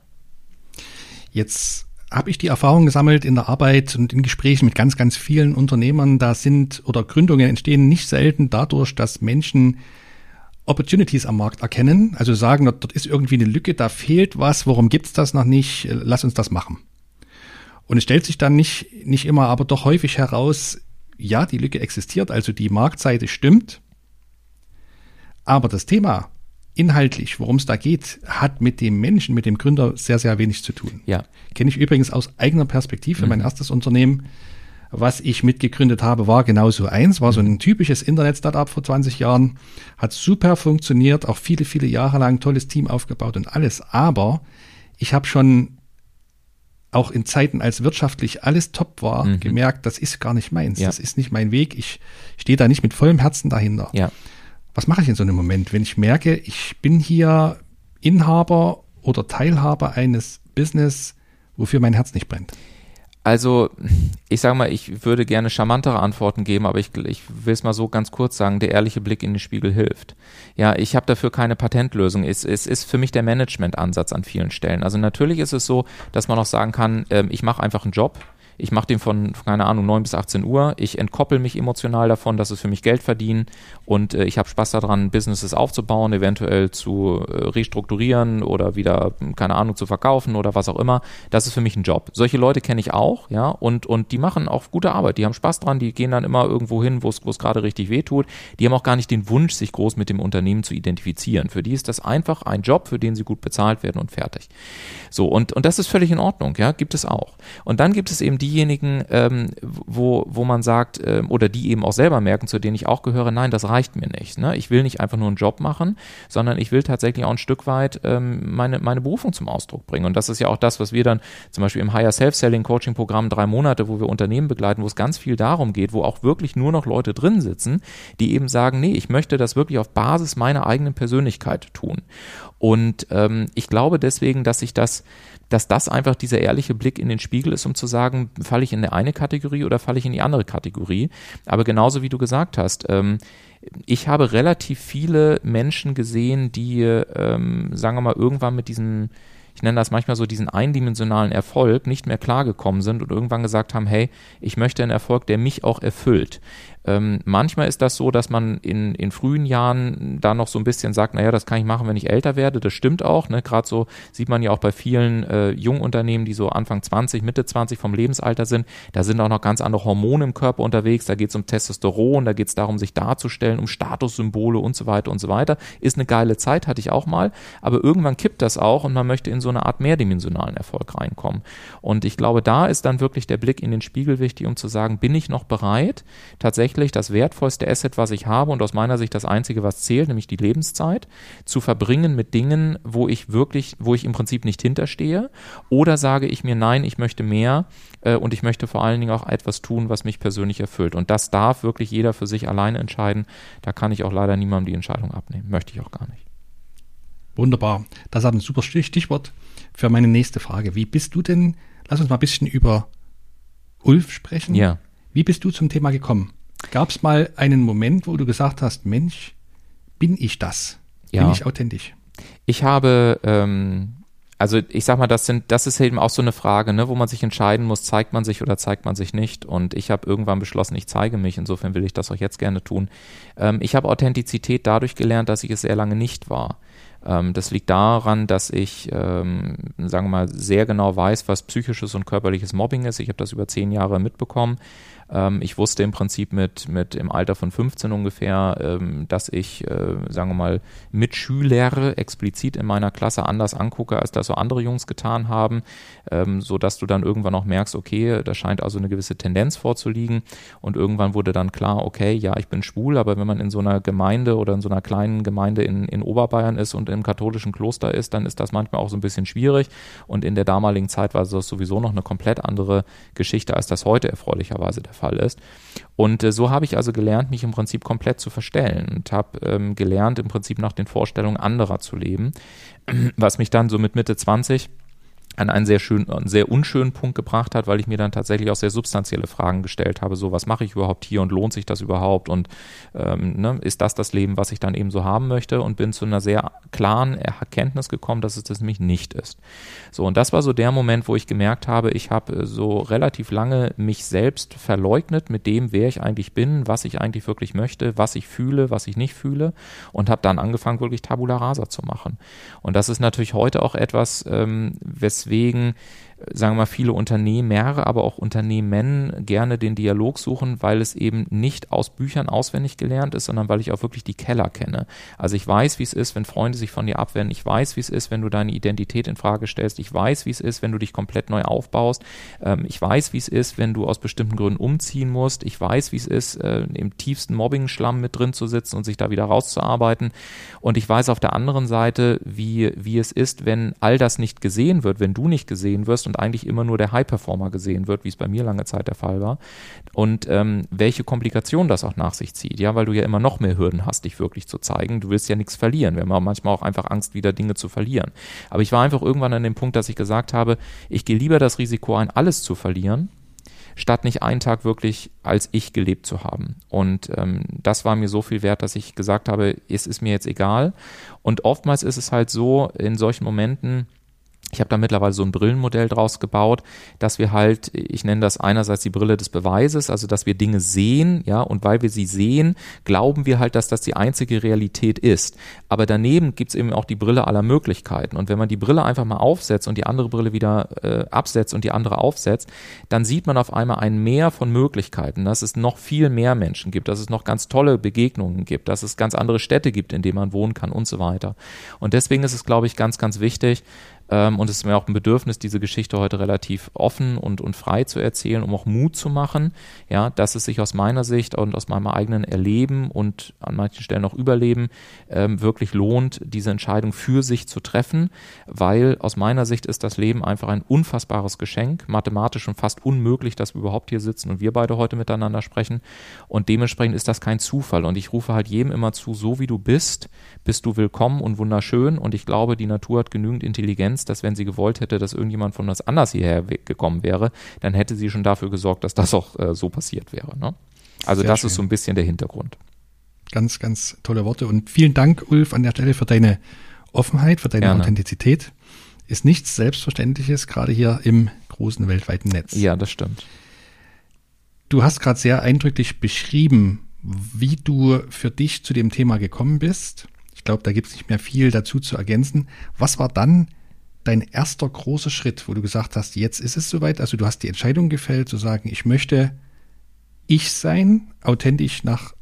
Jetzt habe ich die Erfahrung gesammelt in der Arbeit und in Gesprächen mit ganz, ganz vielen Unternehmern, Gründungen entstehen nicht selten dadurch, dass Menschen Opportunities am Markt erkennen, also sagen, dort ist irgendwie eine Lücke, da fehlt was, warum gibt's das noch nicht, lass uns das machen. Und es stellt sich dann nicht immer, aber doch häufig heraus, ja, die Lücke existiert, also die Marktseite stimmt, aber das Thema inhaltlich, worum es da geht, hat mit dem Menschen, mit dem Gründer sehr, sehr wenig zu tun. Ja. Kenne ich übrigens aus eigener Perspektive. Mein erstes Unternehmen, was ich mitgegründet habe, war genauso eins, war so ein typisches Internet-Startup vor 20 Jahren, hat super funktioniert, auch viele, viele Jahre lang tolles Team aufgebaut und alles. Aber ich habe schon auch in Zeiten, als wirtschaftlich alles top war, gemerkt, das ist gar nicht meins. Ja. Das ist nicht mein Weg. Ich stehe da nicht mit vollem Herzen dahinter. Ja. Was mache ich in so einem Moment, wenn ich merke, ich bin hier Inhaber oder Teilhaber eines Business, wofür mein Herz nicht brennt? Also, ich sage mal, ich würde gerne charmantere Antworten geben, aber ich will es mal so ganz kurz sagen, der ehrliche Blick in den Spiegel hilft. Ja, ich habe dafür keine Patentlösung. Es ist für mich der Managementansatz an vielen Stellen. Also natürlich ist es so, dass man auch sagen kann, ich mache einfach einen Job. Ich mache den von, keine Ahnung, 9 bis 18 Uhr. Ich entkoppel mich emotional davon, dass es für mich Geld verdienen und ich habe Spaß daran, Businesses aufzubauen, eventuell zu restrukturieren oder wieder, keine Ahnung, zu verkaufen oder was auch immer. Das ist für mich ein Job. Solche Leute kenne ich auch, ja, und die machen auch gute Arbeit. Die haben Spaß dran, die gehen dann immer irgendwo hin, wo es gerade richtig weh tut. Die haben auch gar nicht den Wunsch, sich groß mit dem Unternehmen zu identifizieren. Für die ist das einfach ein Job, für den sie gut bezahlt werden und fertig. So, und das ist völlig in Ordnung, ja, gibt es auch. Und dann gibt es eben diejenigen, wo man sagt, oder die eben auch selber merken, zu denen ich auch gehöre, nein, das reicht mir nicht. Ne? Ich will nicht einfach nur einen Job machen, sondern ich will tatsächlich auch ein Stück weit meine Berufung zum Ausdruck bringen. Und das ist ja auch das, was wir dann zum Beispiel im Higher Self-Selling Coaching Programm 3 Monate, wo wir Unternehmen begleiten, wo es ganz viel darum geht, wo auch wirklich nur noch Leute drin sitzen, die eben sagen, nee, ich möchte das wirklich auf Basis meiner eigenen Persönlichkeit tun. Und ich glaube deswegen, dass das einfach dieser ehrliche Blick in den Spiegel ist, um zu sagen, falle ich in die eine Kategorie oder falle ich in die andere Kategorie. Aber genauso wie du gesagt hast, ich habe relativ viele Menschen gesehen, die, sagen wir mal, irgendwann mit diesem, ich nenne das manchmal so diesen eindimensionalen Erfolg, nicht mehr klargekommen sind und irgendwann gesagt haben, hey, ich möchte einen Erfolg, der mich auch erfüllt. Manchmal ist das so, dass man in frühen Jahren da noch so ein bisschen sagt, naja, das kann ich machen, wenn ich älter werde. Das stimmt auch. Ne? Gerade so sieht man ja auch bei vielen Jungunternehmen, die so Anfang 20, Mitte 20 vom Lebensalter sind. Da sind auch noch ganz andere Hormone im Körper unterwegs. Da geht es um Testosteron, da geht es darum, sich darzustellen, um Statussymbole und so weiter und so weiter. Ist eine geile Zeit, hatte ich auch mal. Aber irgendwann kippt das auch und man möchte in so eine Art mehrdimensionalen Erfolg reinkommen. Und ich glaube, da ist dann wirklich der Blick in den Spiegel wichtig, um zu sagen, bin ich noch bereit, tatsächlich das wertvollste Asset, was ich habe und aus meiner Sicht das einzige, was zählt, nämlich die Lebenszeit, zu verbringen mit Dingen, wo ich im Prinzip nicht hinterstehe, oder sage ich mir, nein, ich möchte mehr und ich möchte vor allen Dingen auch etwas tun, was mich persönlich erfüllt. Und das darf wirklich jeder für sich alleine entscheiden. Da kann ich auch leider niemandem die Entscheidung abnehmen. Möchte ich auch gar nicht. Wunderbar. Das hat ein super Stichwort für meine nächste Frage. Wie bist du denn, lass uns mal ein bisschen über Ulf sprechen. Ja. Wie bist du zum Thema gekommen? Gab es mal einen Moment, wo du gesagt hast, Mensch, bin ich das? Ja. Bin ich authentisch? Ich habe, also ich sag mal, das ist eben auch so eine Frage, ne, wo man sich entscheiden muss, zeigt man sich oder zeigt man sich nicht. Und ich habe irgendwann beschlossen, ich zeige mich. Insofern will ich das auch jetzt gerne tun. Ich habe Authentizität dadurch gelernt, dass ich es sehr lange nicht war. Das liegt daran, dass ich, sagen wir mal, sehr genau weiß, was psychisches und körperliches Mobbing ist. Ich habe das über 10 Jahre mitbekommen. Ich wusste im Prinzip mit im Alter von 15 ungefähr, dass ich, sagen wir mal, Mitschüler explizit in meiner Klasse anders angucke, als das so andere Jungs getan haben, so dass du dann irgendwann auch merkst, okay, da scheint also eine gewisse Tendenz vorzuliegen, und irgendwann wurde dann klar, okay, ja, ich bin schwul, aber wenn man in so einer Gemeinde oder in so einer kleinen Gemeinde in Oberbayern ist und im katholischen Kloster ist, dann ist das manchmal auch so ein bisschen schwierig, und in der damaligen Zeit war das sowieso noch eine komplett andere Geschichte, als das heute erfreulicherweise der Fall ist. Und so habe ich also gelernt, mich im Prinzip komplett zu verstellen, und habe gelernt, im Prinzip nach den Vorstellungen anderer zu leben, was mich dann so mit Mitte 20 an einen sehr unschönen Punkt gebracht hat, weil ich mir dann tatsächlich auch sehr substanzielle Fragen gestellt habe, so, was mache ich überhaupt hier und lohnt sich das überhaupt, und ist das Leben, was ich dann eben so haben möchte, und bin zu einer sehr klaren Erkenntnis gekommen, dass es das nämlich nicht ist. So, und das war so der Moment, wo ich gemerkt habe, ich habe so relativ lange mich selbst verleugnet mit dem, wer ich eigentlich bin, was ich eigentlich wirklich möchte, was ich fühle, was ich nicht fühle, und habe dann angefangen, wirklich Tabula Rasa zu machen. Und das ist natürlich heute auch etwas, weswegen, sagen wir mal, viele Unternehmer, aber auch Unternehmen gerne den Dialog suchen, weil es eben nicht aus Büchern auswendig gelernt ist, sondern weil ich auch wirklich die Keller kenne. Also ich weiß, wie es ist, wenn Freunde sich von dir abwenden. Ich weiß, wie es ist, wenn du deine Identität in Frage stellst. Ich weiß, wie es ist, wenn du dich komplett neu aufbaust. Ich weiß, wie es ist, wenn du aus bestimmten Gründen umziehen musst. Ich weiß, wie es ist, im tiefsten Mobbing-Schlamm mit drin zu sitzen und sich da wieder rauszuarbeiten. Und ich weiß auf der anderen Seite, wie es ist, wenn all das nicht gesehen wird, wenn du nicht gesehen wirst und eigentlich immer nur der High-Performer gesehen wird, wie es bei mir lange Zeit der Fall war, und welche Komplikationen das auch nach sich zieht, ja, weil du ja immer noch mehr Hürden hast, dich wirklich zu zeigen. Du willst ja nichts verlieren. Wir haben manchmal auch einfach Angst, wieder Dinge zu verlieren. Aber ich war einfach irgendwann an dem Punkt, dass ich gesagt habe, ich gehe lieber das Risiko ein, alles zu verlieren, statt nicht einen Tag wirklich als ich gelebt zu haben. Und das war mir so viel wert, dass ich gesagt habe, es ist mir jetzt egal. Und oftmals ist es halt so, in solchen Momenten, ich habe da mittlerweile so ein Brillenmodell draus gebaut, dass wir halt, ich nenne das einerseits die Brille des Beweises, also dass wir Dinge sehen, ja, und weil wir sie sehen, glauben wir halt, dass das die einzige Realität ist. Aber daneben gibt's eben auch die Brille aller Möglichkeiten. Und wenn man die Brille einfach mal aufsetzt und die andere Brille wieder absetzt und die andere aufsetzt, dann sieht man auf einmal ein Meer von Möglichkeiten, dass es noch viel mehr Menschen gibt, dass es noch ganz tolle Begegnungen gibt, dass es ganz andere Städte gibt, in denen man wohnen kann und so weiter. Und deswegen ist es, glaube ich, ganz, ganz wichtig, und es ist mir auch ein Bedürfnis, diese Geschichte heute relativ offen und frei zu erzählen, um auch Mut zu machen, ja, dass es sich aus meiner Sicht und aus meinem eigenen Erleben und an manchen Stellen auch Überleben wirklich lohnt, diese Entscheidung für sich zu treffen, weil aus meiner Sicht ist das Leben einfach ein unfassbares Geschenk, mathematisch schon fast unmöglich, dass wir überhaupt hier sitzen und wir beide heute miteinander sprechen, und dementsprechend ist das kein Zufall, und ich rufe halt jedem immer zu, so wie du bist du willkommen und wunderschön, und ich glaube, die Natur hat genügend Intelligenz, dass wenn sie gewollt hätte, dass irgendjemand von uns anders hierher gekommen wäre, dann hätte sie schon dafür gesorgt, dass das auch so passiert wäre. Ne? Also sehr das schön. Ist so ein bisschen der Hintergrund. Ganz, ganz tolle Worte, und vielen Dank, Ulf, an der Stelle für deine Offenheit, für deine Gerne. Authentizität. Ist nichts Selbstverständliches, gerade hier im großen weltweiten Netz. Ja, das stimmt. Du hast gerade sehr eindrücklich beschrieben, wie du für dich zu dem Thema gekommen bist. Ich glaube, da gibt es nicht mehr viel dazu zu ergänzen. Was war dann dein erster großer Schritt, wo du gesagt hast, jetzt ist es soweit? Also du hast die Entscheidung gefällt, zu sagen, ich möchte ich sein, authentisch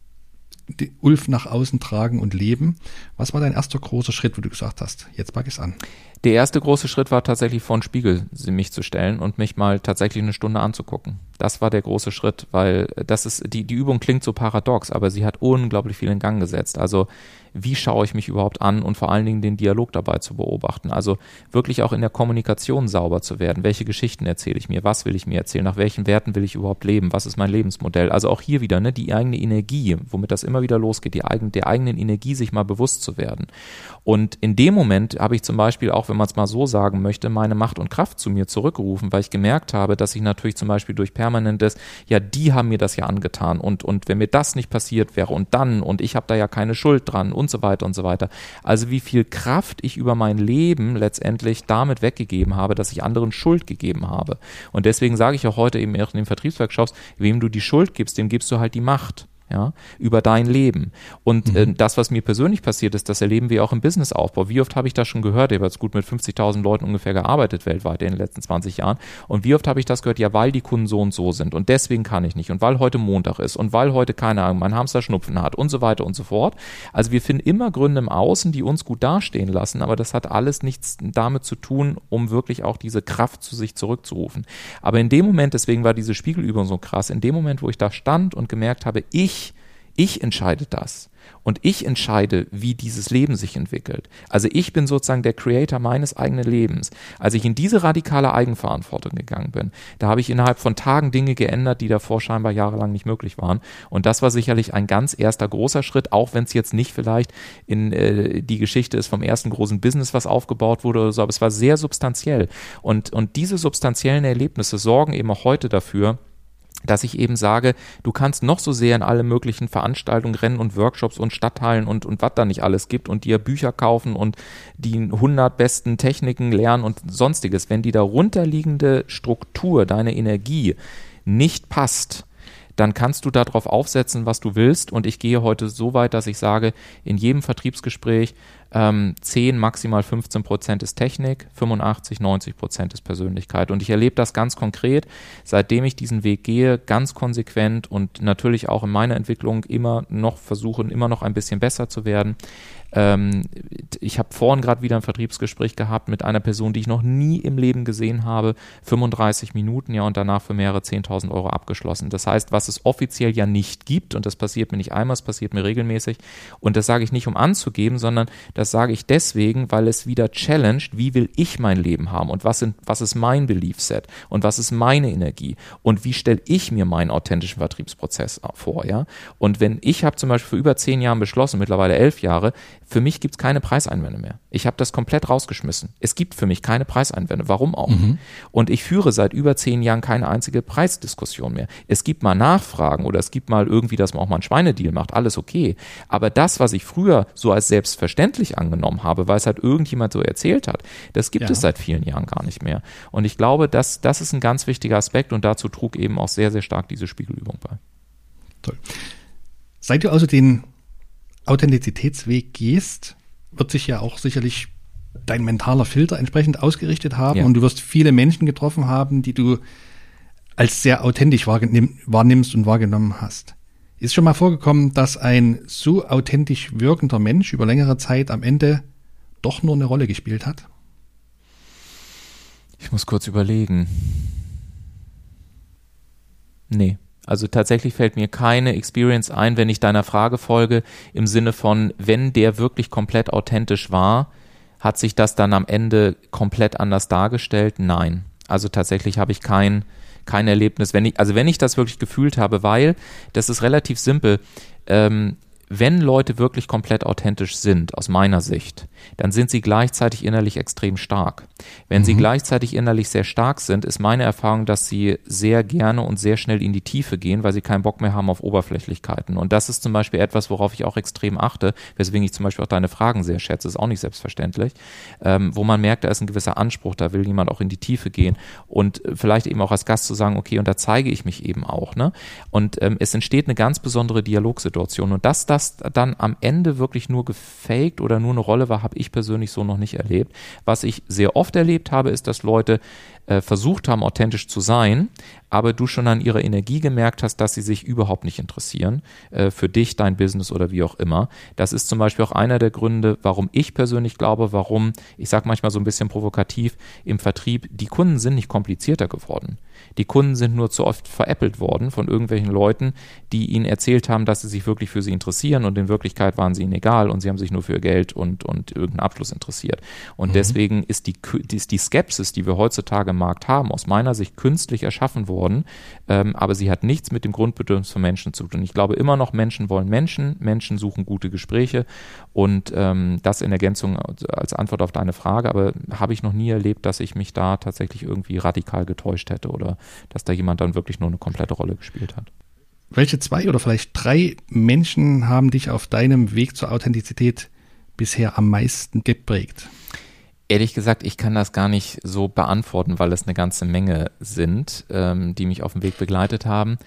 Ulf nach außen tragen und leben. Was war dein erster großer Schritt, wo du gesagt hast, jetzt pack ich es an? Der erste große Schritt war tatsächlich vor den Spiegel mich zu stellen und mich mal tatsächlich eine Stunde anzugucken. Das war der große Schritt, weil das ist, die Übung klingt so paradox, aber sie hat unglaublich viel in Gang gesetzt. Also wie schaue ich mich überhaupt an und vor allen Dingen den Dialog dabei zu beobachten. Also wirklich auch in der Kommunikation sauber zu werden. Welche Geschichten erzähle ich mir? Was will ich mir erzählen? Nach welchen Werten will ich überhaupt leben? Was ist mein Lebensmodell? Also auch hier wieder, ne, die eigene Energie, womit das immer wieder losgeht, der eigenen Energie sich mal bewusst zu werden. Und in dem Moment habe ich zum Beispiel auch, wenn man es mal so sagen möchte, meine Macht und Kraft zu mir zurückgerufen, weil ich gemerkt habe, dass ich natürlich zum Beispiel durch permanentes, ja, die haben mir das ja angetan und wenn mir das nicht passiert wäre und dann und ich habe da ja keine Schuld dran und so weiter und so weiter. Also wie viel Kraft ich über mein Leben letztendlich damit weggegeben habe, dass ich anderen Schuld gegeben habe. Und deswegen sage ich auch heute eben in den Vertriebsworkshops, wem du die Schuld gibst, dem gibst du halt die Macht. Ja, über dein Leben. Und das, was mir persönlich passiert ist, das erleben wir auch im Businessaufbau. Wie oft habe ich das schon gehört? Ich habe jetzt gut mit 50.000 Leuten ungefähr gearbeitet weltweit in den letzten 20 Jahren. Und wie oft habe ich das gehört? Ja, weil die Kunden so und so sind. Und deswegen kann ich nicht. Und weil heute Montag ist. Und weil heute, keine Ahnung, mein Hamster Schnupfen hat. Und so weiter und so fort. Also wir finden immer Gründe im Außen, die uns gut dastehen lassen. Aber das hat alles nichts damit zu tun, um wirklich auch diese Kraft zu sich zurückzurufen. Aber in dem Moment, deswegen war diese Spiegelübung so krass, in dem Moment, wo ich da stand und gemerkt habe, ich entscheide das und ich entscheide, wie dieses Leben sich entwickelt. Also ich bin sozusagen der Creator meines eigenen Lebens. Als ich in diese radikale Eigenverantwortung gegangen bin, da habe ich innerhalb von Tagen Dinge geändert, die davor scheinbar jahrelang nicht möglich waren. Und das war sicherlich ein ganz erster großer Schritt, auch wenn es jetzt nicht vielleicht in die Geschichte ist vom ersten großen Business, was aufgebaut wurde oder so, aber es war sehr substanziell. Und diese substanziellen Erlebnisse sorgen eben auch heute dafür, dass ich eben sage, du kannst noch so sehr in alle möglichen Veranstaltungen rennen und Workshops und Stadthallen und was da nicht alles gibt und dir Bücher kaufen und die 100 besten Techniken lernen und sonstiges. Wenn die darunterliegende Struktur, deine Energie nicht passt, dann kannst du darauf aufsetzen, was du willst. Und ich gehe heute so weit, dass ich sage, in jedem Vertriebsgespräch 10, maximal 15% ist Technik, 85, 90% ist Persönlichkeit. Und ich erlebe das ganz konkret, seitdem ich diesen Weg gehe, ganz konsequent und natürlich auch in meiner Entwicklung immer noch ein bisschen besser zu werden. Ich habe vorhin gerade wieder ein Vertriebsgespräch gehabt mit einer Person, die ich noch nie im Leben gesehen habe, 35 Minuten, ja, und danach für mehrere 10.000 Euro abgeschlossen. Das heißt, was es offiziell ja nicht gibt, und das passiert mir nicht einmal, es passiert mir regelmäßig, und das sage ich nicht, um anzugeben, sondern das sage ich deswegen, weil es wieder challenged, wie will ich mein Leben haben und was ist mein Beliefset und was ist meine Energie und wie stelle ich mir meinen authentischen Vertriebsprozess vor, ja? Und wenn ich habe zum Beispiel vor über 10 Jahren beschlossen, mittlerweile 11 Jahre, für mich gibt es keine Preiseinwände mehr. Ich habe das komplett rausgeschmissen. Es gibt für mich keine Preiseinwände. Warum auch? Und ich führe seit über 10 Jahren keine einzige Preisdiskussion mehr. Es gibt mal Nachfragen oder es gibt mal irgendwie, dass man auch mal einen Schweinedeal macht. Alles okay. Aber das, was ich früher so als selbstverständlich angenommen habe, weil es halt irgendjemand so erzählt hat, das gibt es seit vielen Jahren gar nicht mehr. Und ich glaube, das ist ein ganz wichtiger Aspekt und dazu trug eben auch sehr, sehr stark diese Spiegelübung bei. Toll. Seit du also den Authentizitätsweg gehst, wird sich ja auch sicherlich dein mentaler Filter entsprechend ausgerichtet haben und du wirst viele Menschen getroffen haben, die du als sehr authentisch wahrnimmst und wahrgenommen hast. Ist schon mal vorgekommen, dass ein so authentisch wirkender Mensch über längere Zeit am Ende doch nur eine Rolle gespielt hat? Ich muss kurz überlegen. Nee. Also tatsächlich fällt mir keine Experience ein, wenn ich deiner Frage folge, im Sinne von, wenn der wirklich komplett authentisch war, hat sich das dann am Ende komplett anders dargestellt? Nein. Also tatsächlich habe ich kein Erlebnis, wenn ich das wirklich gefühlt habe, weil das ist relativ simpel. wenn Leute wirklich komplett authentisch sind, aus meiner Sicht, dann sind sie gleichzeitig innerlich extrem stark. Wenn sie gleichzeitig innerlich sehr stark sind, ist meine Erfahrung, dass sie sehr gerne und sehr schnell in die Tiefe gehen, weil sie keinen Bock mehr haben auf Oberflächlichkeiten. Und das ist zum Beispiel etwas, worauf ich auch extrem achte, weswegen ich zum Beispiel auch deine Fragen sehr schätze, ist auch nicht selbstverständlich, wo man merkt, da ist ein gewisser Anspruch, da will jemand auch in die Tiefe gehen und vielleicht eben auch als Gast zu sagen, okay, und da zeige ich mich eben auch. Ne? Und es entsteht eine ganz besondere Dialogsituation und dass das dann am Ende wirklich nur gefaked oder nur eine Rolle war, habe ich persönlich so noch nicht erlebt. Was ich sehr oft erlebt habe, ist, dass Leute versucht haben, authentisch zu sein, aber du schon an ihrer Energie gemerkt hast, dass sie sich überhaupt nicht interessieren für dich, dein Business oder wie auch immer. Das ist zum Beispiel auch einer der Gründe, warum ich persönlich glaube, warum, ich sage manchmal so ein bisschen provokativ, im Vertrieb, die Kunden sind nicht komplizierter geworden. Die Kunden sind nur zu oft veräppelt worden von irgendwelchen Leuten, die ihnen erzählt haben, dass sie sich wirklich für sie interessieren und in Wirklichkeit waren sie ihnen egal und sie haben sich nur für ihr Geld und irgendeinen Abschluss interessiert. Und deswegen ist die Skepsis, die wir heutzutage im Markt haben, aus meiner Sicht künstlich erschaffen worden, aber sie hat nichts mit dem Grundbedürfnis von Menschen zu tun. Ich glaube immer noch, Menschen wollen Menschen suchen gute Gespräche und das in Ergänzung als Antwort auf deine Frage, aber habe ich noch nie erlebt, dass ich mich da tatsächlich irgendwie radikal getäuscht hätte oder dass da jemand dann wirklich nur eine komplette Rolle gespielt hat. Welche 2 oder vielleicht 3 Menschen haben dich auf deinem Weg zur Authentizität bisher am meisten geprägt? Ehrlich gesagt, ich kann das gar nicht so beantworten, weil es eine ganze Menge sind, die mich auf dem Weg begleitet haben.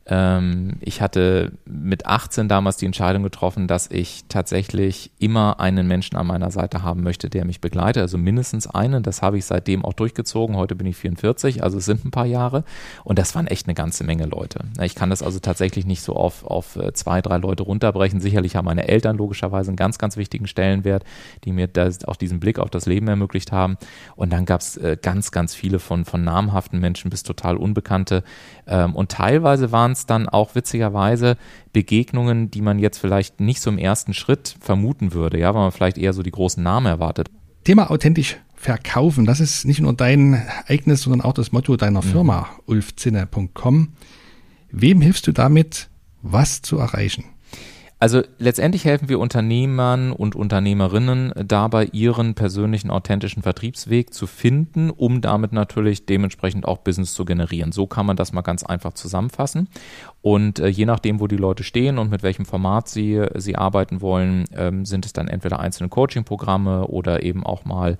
Ich hatte mit 18 damals die Entscheidung getroffen, dass ich tatsächlich immer einen Menschen an meiner Seite haben möchte, der mich begleitet, also mindestens einen. Das habe ich seitdem auch durchgezogen. Heute bin ich 44, also es sind ein paar Jahre und das waren echt eine ganze Menge Leute. Ich kann das also tatsächlich nicht so auf 2, 3 Leute runterbrechen. Sicherlich haben meine Eltern logischerweise einen ganz, ganz wichtigen Stellenwert, die mir auch diesen Blick auf das Leben ermöglicht haben. Und dann gab es ganz, ganz viele von namhaften Menschen bis total Unbekannte und teilweise waren es dann auch witzigerweise Begegnungen, die man jetzt vielleicht nicht so im ersten Schritt vermuten würde, ja, weil man vielleicht eher so die großen Namen erwartet. Thema authentisch verkaufen, das ist nicht nur dein eigenes, sondern auch das Motto deiner Firma, ulfzinne.com. Wem hilfst du damit, was zu erreichen? Also letztendlich helfen wir Unternehmern und Unternehmerinnen dabei, ihren persönlichen, authentischen Vertriebsweg zu finden, um damit natürlich dementsprechend auch Business zu generieren. So kann man das mal ganz einfach zusammenfassen. Und je nachdem, wo die Leute stehen und mit welchem Format sie arbeiten wollen, sind es dann entweder einzelne Coaching-Programme oder eben auch mal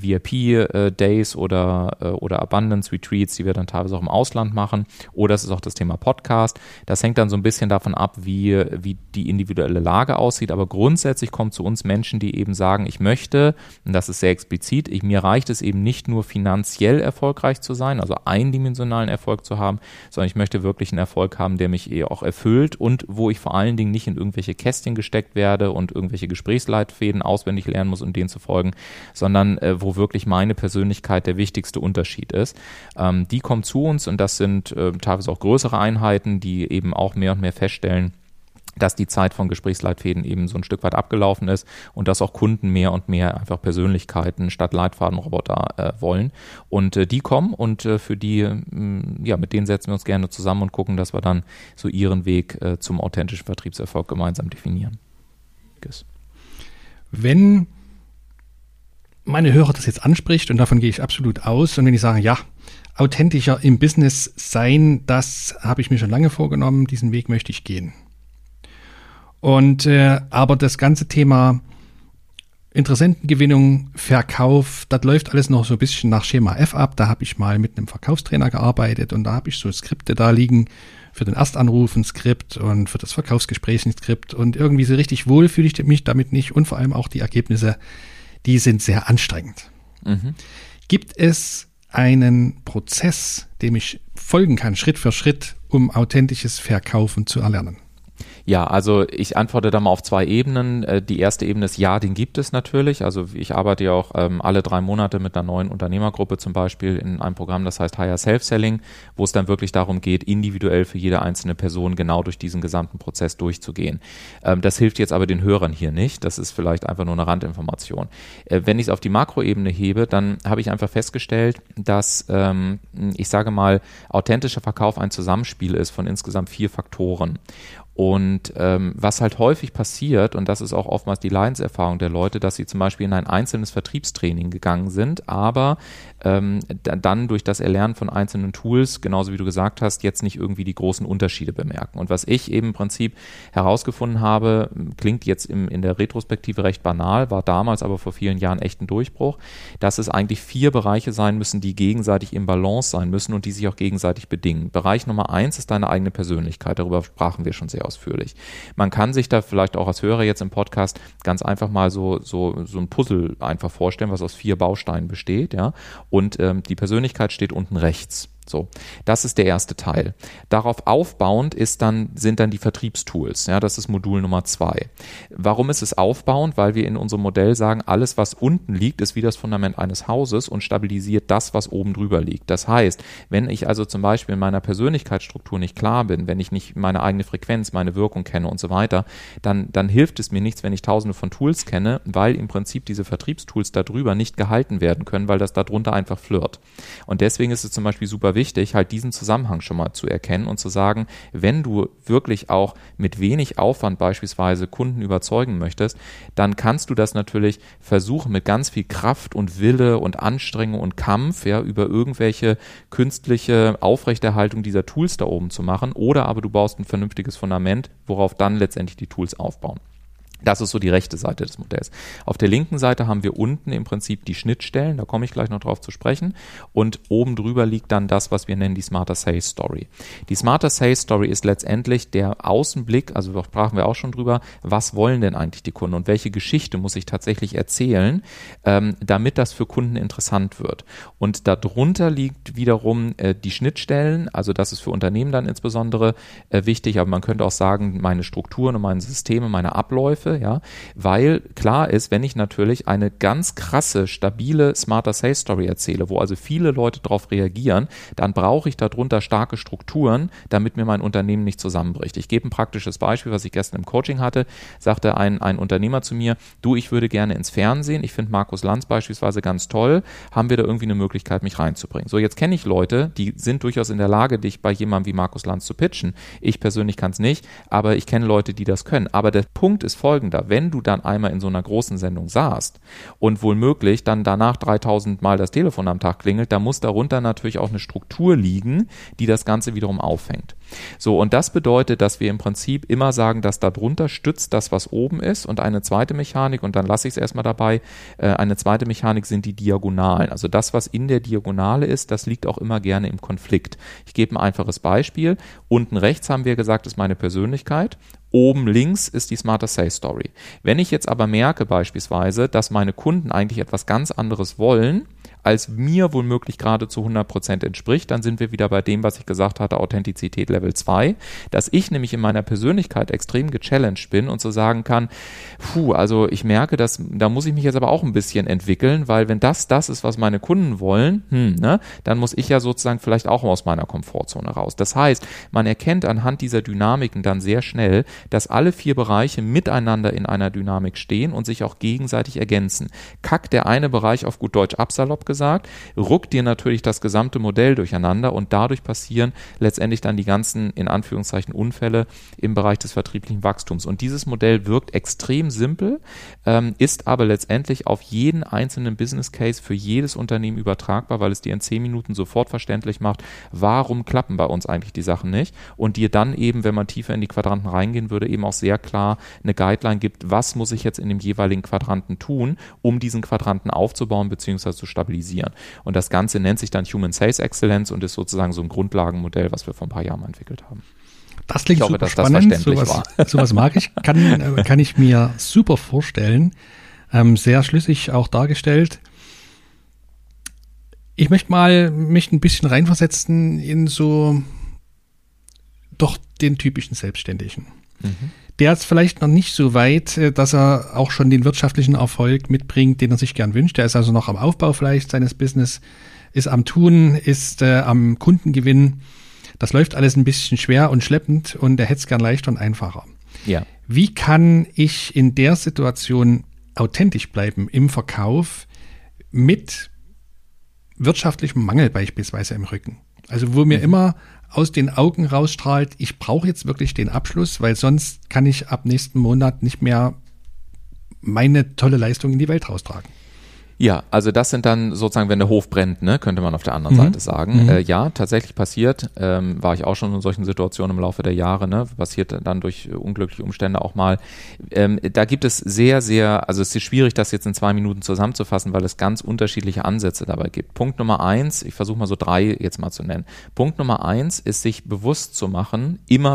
VIP-Days oder Abundance-Retreats, die wir dann teilweise auch im Ausland machen. Oder es ist auch das Thema Podcast. Das hängt dann so ein bisschen davon ab, wie die individuelle Lage aussieht. Aber grundsätzlich kommen zu uns Menschen, die eben sagen, ich möchte, und das ist sehr explizit, mir reicht es eben nicht nur finanziell erfolgreich zu sein, also eindimensionalen Erfolg zu haben, sondern ich möchte wirklich einen Erfolg haben, der mich auch erfüllt und wo ich vor allen Dingen nicht in irgendwelche Kästchen gesteckt werde und irgendwelche Gesprächsleitfäden auswendig lernen muss, um denen zu folgen, sondern wo wirklich meine Persönlichkeit der wichtigste Unterschied ist. Die kommen zu uns und das sind teilweise auch größere Einheiten, die eben auch mehr und mehr feststellen, dass die Zeit von Gesprächsleitfäden eben so ein Stück weit abgelaufen ist und dass auch Kunden mehr und mehr einfach Persönlichkeiten statt Leitfadenroboter wollen. Und die kommen und für die, mit denen setzen wir uns gerne zusammen und gucken, dass wir dann so ihren Weg zum authentischen Vertriebserfolg gemeinsam definieren. Yes. Wenn meine Hörer das jetzt anspricht, und davon gehe ich absolut aus, und wenn ich sage, ja, authentischer im Business sein, das habe ich mir schon lange vorgenommen, diesen Weg möchte ich gehen. Und aber das ganze Thema Interessentengewinnung, Verkauf, das läuft alles noch so ein bisschen nach Schema F ab. Da habe ich mal mit einem Verkaufstrainer gearbeitet und da habe ich so Skripte da liegen, für den Erstanruf ein Skript und für das Verkaufsgespräch ein Skript und irgendwie so richtig wohl fühle ich mich damit nicht und vor allem auch die Ergebnisse, die sind sehr anstrengend. Mhm. Gibt es einen Prozess, dem ich folgen kann, Schritt für Schritt, um authentisches Verkaufen zu erlernen? Ja, also ich antworte da mal auf 2 Ebenen. Die erste Ebene ist, ja, den gibt es natürlich. Also ich arbeite ja auch alle 3 Monate mit einer neuen Unternehmergruppe zum Beispiel in einem Programm, das heißt Higher Self-Selling, wo es dann wirklich darum geht, individuell für jede einzelne Person genau durch diesen gesamten Prozess durchzugehen. Das hilft jetzt aber den Hörern hier nicht. Das ist vielleicht einfach nur eine Randinformation. Wenn ich es auf die Makroebene hebe, dann habe ich einfach festgestellt, dass, ich sage mal, authentischer Verkauf ein Zusammenspiel ist von insgesamt 4 Faktoren. Und was halt häufig passiert, und das ist auch oftmals die Leidenserfahrung der Leute, dass sie zum Beispiel in ein einzelnes Vertriebstraining gegangen sind, aber dann durch das Erlernen von einzelnen Tools, genauso wie du gesagt hast, jetzt nicht irgendwie die großen Unterschiede bemerken. Und was ich eben im Prinzip herausgefunden habe, klingt jetzt in der Retrospektive recht banal, war damals aber vor vielen Jahren echt ein Durchbruch, dass es eigentlich 4 Bereiche sein müssen, die gegenseitig im Balance sein müssen und die sich auch gegenseitig bedingen. Bereich Nummer 1 ist deine eigene Persönlichkeit, darüber sprachen wir schon sehr ausführlich. Man kann sich da vielleicht auch als Hörer jetzt im Podcast ganz einfach mal so ein Puzzle einfach vorstellen, was aus 4 Bausteinen besteht, ja. Und die Persönlichkeit steht unten rechts. So, das ist der erste Teil. Darauf aufbauend sind dann die Vertriebstools. Ja, das ist Modul Nummer 2. Warum ist es aufbauend? Weil wir in unserem Modell sagen, alles, was unten liegt, ist wie das Fundament eines Hauses und stabilisiert das, was oben drüber liegt. Das heißt, wenn ich also zum Beispiel in meiner Persönlichkeitsstruktur nicht klar bin, wenn ich nicht meine eigene Frequenz, meine Wirkung kenne und so weiter, dann hilft es mir nichts, wenn ich tausende von Tools kenne, weil im Prinzip diese Vertriebstools darüber nicht gehalten werden können, weil das darunter einfach flirrt. Und deswegen ist es zum Beispiel super wichtig, halt diesen Zusammenhang schon mal zu erkennen und zu sagen, wenn du wirklich auch mit wenig Aufwand beispielsweise Kunden überzeugen möchtest, dann kannst du das natürlich versuchen mit ganz viel Kraft und Wille und Anstrengung und Kampf, ja, über irgendwelche künstliche Aufrechterhaltung dieser Tools da oben zu machen, oder aber du baust ein vernünftiges Fundament, worauf dann letztendlich die Tools aufbauen. Das ist so die rechte Seite des Modells. Auf der linken Seite haben wir unten im Prinzip die Schnittstellen, da komme ich gleich noch drauf zu sprechen, und oben drüber liegt dann das, was wir nennen die Smarter Sales Story. Die Smarter Sales Story ist letztendlich der Außenblick, also da sprachen wir auch schon drüber, was wollen denn eigentlich die Kunden und welche Geschichte muss ich tatsächlich erzählen, damit das für Kunden interessant wird. Und darunter liegt wiederum die Schnittstellen, also das ist für Unternehmen dann insbesondere wichtig, aber man könnte auch sagen, meine Strukturen und meine Systeme, meine Abläufe, ja, weil klar ist, wenn ich natürlich eine ganz krasse, stabile Smarter Sales Story erzähle, wo also viele Leute darauf reagieren, dann brauche ich darunter starke Strukturen, damit mir mein Unternehmen nicht zusammenbricht. Ich gebe ein praktisches Beispiel, was ich gestern im Coaching hatte, sagte ein Unternehmer zu mir, du, ich würde gerne ins Fernsehen, ich finde Markus Lanz beispielsweise ganz toll, haben wir da irgendwie eine Möglichkeit, mich reinzubringen? So, jetzt kenne ich Leute, die sind durchaus in der Lage, dich bei jemandem wie Markus Lanz zu pitchen. Ich persönlich kann es nicht, aber ich kenne Leute, die das können. Aber der Punkt ist folgender: Wenn du dann einmal in so einer großen Sendung saßt und wohlmöglich dann danach 3000 Mal das Telefon am Tag klingelt, da muss darunter natürlich auch eine Struktur liegen, die das Ganze wiederum auffängt. So, und das bedeutet, dass wir im Prinzip immer sagen, dass darunter stützt das, was oben ist, und eine zweite Mechanik, und dann lasse ich es erstmal dabei, eine zweite Mechanik sind die Diagonalen. Also das, was in der Diagonale ist, das liegt auch immer gerne im Konflikt. Ich gebe ein einfaches Beispiel. Unten rechts haben wir gesagt, ist meine Persönlichkeit. Oben links ist die Smarter Sales Story. Wenn ich jetzt aber merke beispielsweise, dass meine Kunden eigentlich etwas ganz anderes wollen, als mir womöglich gerade zu 100% entspricht, dann sind wir wieder bei dem, was ich gesagt hatte, Authentizität Level 2, dass ich nämlich in meiner Persönlichkeit extrem gechallenged bin und so sagen kann, also ich merke, da muss ich mich jetzt aber auch ein bisschen entwickeln, weil wenn das ist, was meine Kunden wollen, dann muss ich ja sozusagen vielleicht auch aus meiner Komfortzone raus. Das heißt, man erkennt anhand dieser Dynamiken dann sehr schnell, dass alle 4 Bereiche miteinander in einer Dynamik stehen und sich auch gegenseitig ergänzen. Kackt der eine Bereich auf gut Deutsch ab, salopp gesagt, ruckt dir natürlich das gesamte Modell durcheinander und dadurch passieren letztendlich dann die ganzen, in Anführungszeichen, Unfälle im Bereich des vertrieblichen Wachstums. Und dieses Modell wirkt extrem simpel, ist aber letztendlich auf jeden einzelnen Business Case für jedes Unternehmen übertragbar, weil es dir in 10 Minuten sofort verständlich macht, warum klappen bei uns eigentlich die Sachen nicht, und dir dann eben, wenn man tiefer in die Quadranten reingehen würde, eben auch sehr klar eine Guideline gibt, was muss ich jetzt in dem jeweiligen Quadranten tun, um diesen Quadranten aufzubauen bzw. zu stabilisieren. Und das Ganze nennt sich dann Human Sales Excellence und ist sozusagen so ein Grundlagenmodell, was wir vor ein paar Jahren entwickelt haben. Das klingt super spannend. Sowas mag ich, kann ich mir super vorstellen. Sehr schlüssig auch dargestellt. Ich möchte mich ein bisschen reinversetzen in so doch den typischen Selbstständigen. Der ist vielleicht noch nicht so weit, dass er auch schon den wirtschaftlichen Erfolg mitbringt, den er sich gern wünscht. Der ist also noch am Aufbau vielleicht seines Business, ist am Tun, ist am Kundengewinn. Das läuft alles ein bisschen schwer und schleppend und er hätte es gern leichter und einfacher. Ja. Wie kann ich in der Situation authentisch bleiben im Verkauf mit wirtschaftlichem Mangel beispielsweise im Rücken? Also wo mir immer aus den Augen rausstrahlt, ich brauche jetzt wirklich den Abschluss, weil sonst kann ich ab nächsten Monat nicht mehr meine tolle Leistung in die Welt raustragen. Ja, also das sind dann sozusagen, wenn der Hof brennt, ne, könnte man auf der anderen Seite sagen. Ja, tatsächlich passiert, war ich auch schon in solchen Situationen im Laufe der Jahre, ne, passiert dann durch unglückliche Umstände auch mal. Da gibt es also es ist schwierig, das jetzt in 2 Minuten zusammenzufassen, weil es ganz unterschiedliche Ansätze dabei gibt. Punkt Nummer 1, ich versuche mal so 3 jetzt mal zu nennen. Punkt Nummer 1 ist, sich bewusst zu machen, immer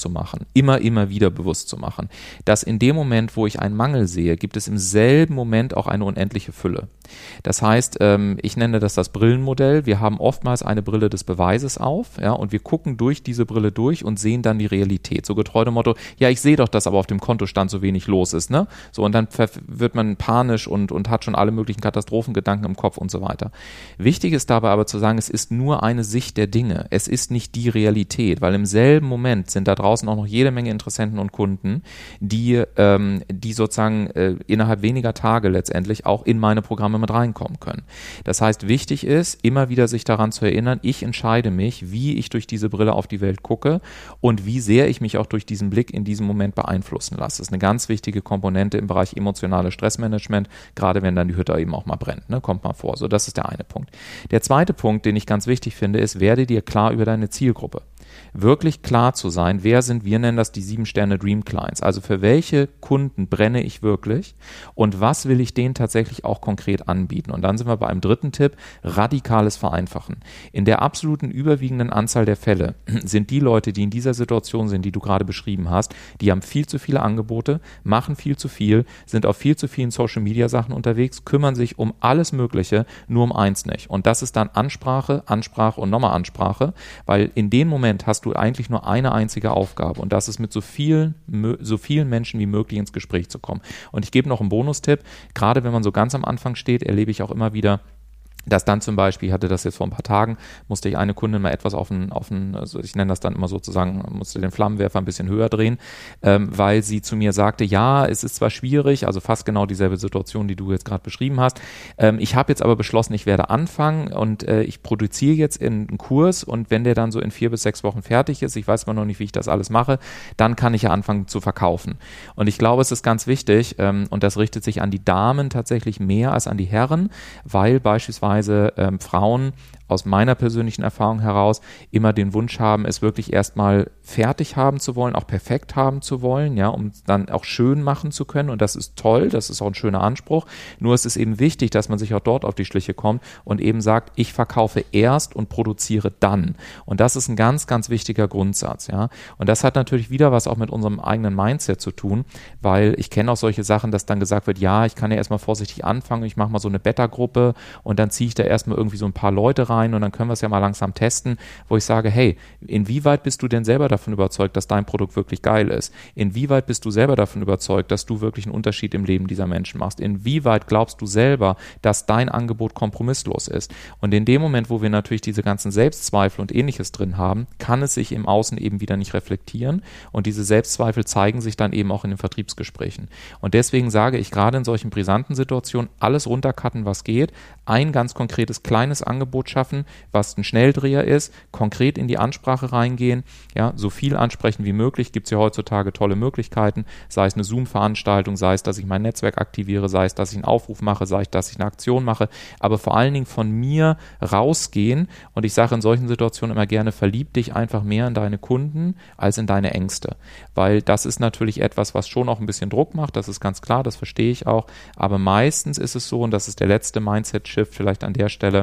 wieder bewusst zu machen, dass in dem Moment, wo ich einen Mangel sehe, gibt es im selben Moment auch eine unendliche Fülle. Das heißt, ich nenne das Brillenmodell. Wir haben oftmals eine Brille des Beweises auf, ja, und wir gucken durch diese Brille durch und sehen dann die Realität. So getreu dem Motto, ja, ich sehe doch, dass aber auf dem Kontostand so wenig los ist, ne? So, und dann wird man panisch und hat schon alle möglichen Katastrophengedanken im Kopf und so weiter. Wichtig ist dabei aber zu sagen, es ist nur eine Sicht der Dinge. Es ist nicht die Realität, weil im selben Moment sind da draußen auch noch jede Menge Interessenten und Kunden, die sozusagen innerhalb weniger Tage letztendlich auch in meine Programme mit reinkommen können. Das heißt, wichtig ist, immer wieder sich daran zu erinnern, ich entscheide mich, wie ich durch diese Brille auf die Welt gucke und wie sehr ich mich auch durch diesen Blick in diesem Moment beeinflussen lasse. Das ist eine ganz wichtige Komponente im Bereich emotionales Stressmanagement, gerade wenn dann die Hütte eben auch mal brennt, ne? Kommt mal vor. So, das ist der eine Punkt. Der zweite Punkt, den ich ganz wichtig finde, ist, werde dir klar über deine Zielgruppe. Wirklich klar zu sein, wir nennen das die 7-Sterne Dream Clients, also für welche Kunden brenne ich wirklich und was will ich denen tatsächlich auch konkret anbieten. Und dann sind wir bei einem dritten Tipp, radikales Vereinfachen. In der absoluten überwiegenden Anzahl der Fälle sind die Leute, die in dieser Situation sind, die du gerade beschrieben hast, die haben viel zu viele Angebote, machen viel zu viel, sind auf viel zu vielen Social Media Sachen unterwegs, kümmern sich um alles Mögliche, nur um eins nicht. Und das ist dann Ansprache und nochmal Ansprache, weil in dem Moment hast du eigentlich nur eine einzige Aufgabe und das ist, mit so vielen Menschen wie möglich ins Gespräch zu kommen. Und ich gebe noch einen Bonustipp, gerade wenn man so ganz am Anfang steht, erlebe ich auch immer wieder, dass dann zum Beispiel, ich hatte das jetzt vor ein paar Tagen, musste ich eine Kundin mal etwas also ich nenne das dann immer sozusagen, musste den Flammenwerfer ein bisschen höher drehen, weil sie zu mir sagte, ja, es ist zwar schwierig, also fast genau dieselbe Situation, die du jetzt gerade beschrieben hast, ich habe jetzt aber beschlossen, ich werde anfangen und ich produziere jetzt einen Kurs und wenn der dann so in 4 bis 6 Wochen fertig ist, ich weiß mal noch nicht, wie ich das alles mache, dann kann ich ja anfangen zu verkaufen. Und ich glaube, es ist ganz wichtig und das richtet sich an die Damen tatsächlich mehr als an die Herren, weil beispielsweise Frauen aus meiner persönlichen Erfahrung heraus immer den Wunsch haben, es wirklich erstmal fertig haben zu wollen, auch perfekt haben zu wollen, ja, um es dann auch schön machen zu können. Und das ist toll, das ist auch ein schöner Anspruch. Nur es ist eben wichtig, dass man sich auch dort auf die Schliche kommt und eben sagt, ich verkaufe erst und produziere dann. Und das ist ein ganz, ganz wichtiger Grundsatz, ja. Und das hat natürlich wieder was auch mit unserem eigenen Mindset zu tun, weil ich kenne auch solche Sachen, dass dann gesagt wird, ja, ich kann ja erstmal vorsichtig anfangen, ich mache mal so eine Beta-Gruppe und dann ziehe ich da erstmal irgendwie so ein paar Leute rein und dann können wir es ja mal langsam testen, wo ich sage, hey, inwieweit bist du denn selber davon überzeugt, dass dein Produkt wirklich geil ist? Inwieweit bist du selber davon überzeugt, dass du wirklich einen Unterschied im Leben dieser Menschen machst? Inwieweit glaubst du selber, dass dein Angebot kompromisslos ist? Und in dem Moment, wo wir natürlich diese ganzen Selbstzweifel und Ähnliches drin haben, kann es sich im Außen eben wieder nicht reflektieren und diese Selbstzweifel zeigen sich dann eben auch in den Vertriebsgesprächen. Und deswegen sage ich gerade in solchen brisanten Situationen, alles runtercutten, was geht, ein ganz konkretes kleines Angebot schaffen, was ein Schnelldreher ist, konkret in die Ansprache reingehen, ja, so viel ansprechen wie möglich, gibt es ja heutzutage tolle Möglichkeiten, sei es eine Zoom-Veranstaltung, sei es, dass ich mein Netzwerk aktiviere, sei es, dass ich einen Aufruf mache, sei es, dass ich eine Aktion mache, aber vor allen Dingen von mir rausgehen und ich sage in solchen Situationen immer gerne, verlieb dich einfach mehr in deine Kunden als in deine Ängste, weil das ist natürlich etwas, was schon auch ein bisschen Druck macht, das ist ganz klar, das verstehe ich auch, aber meistens ist es so, und das ist der letzte Mindset-Shift vielleicht an der Stelle,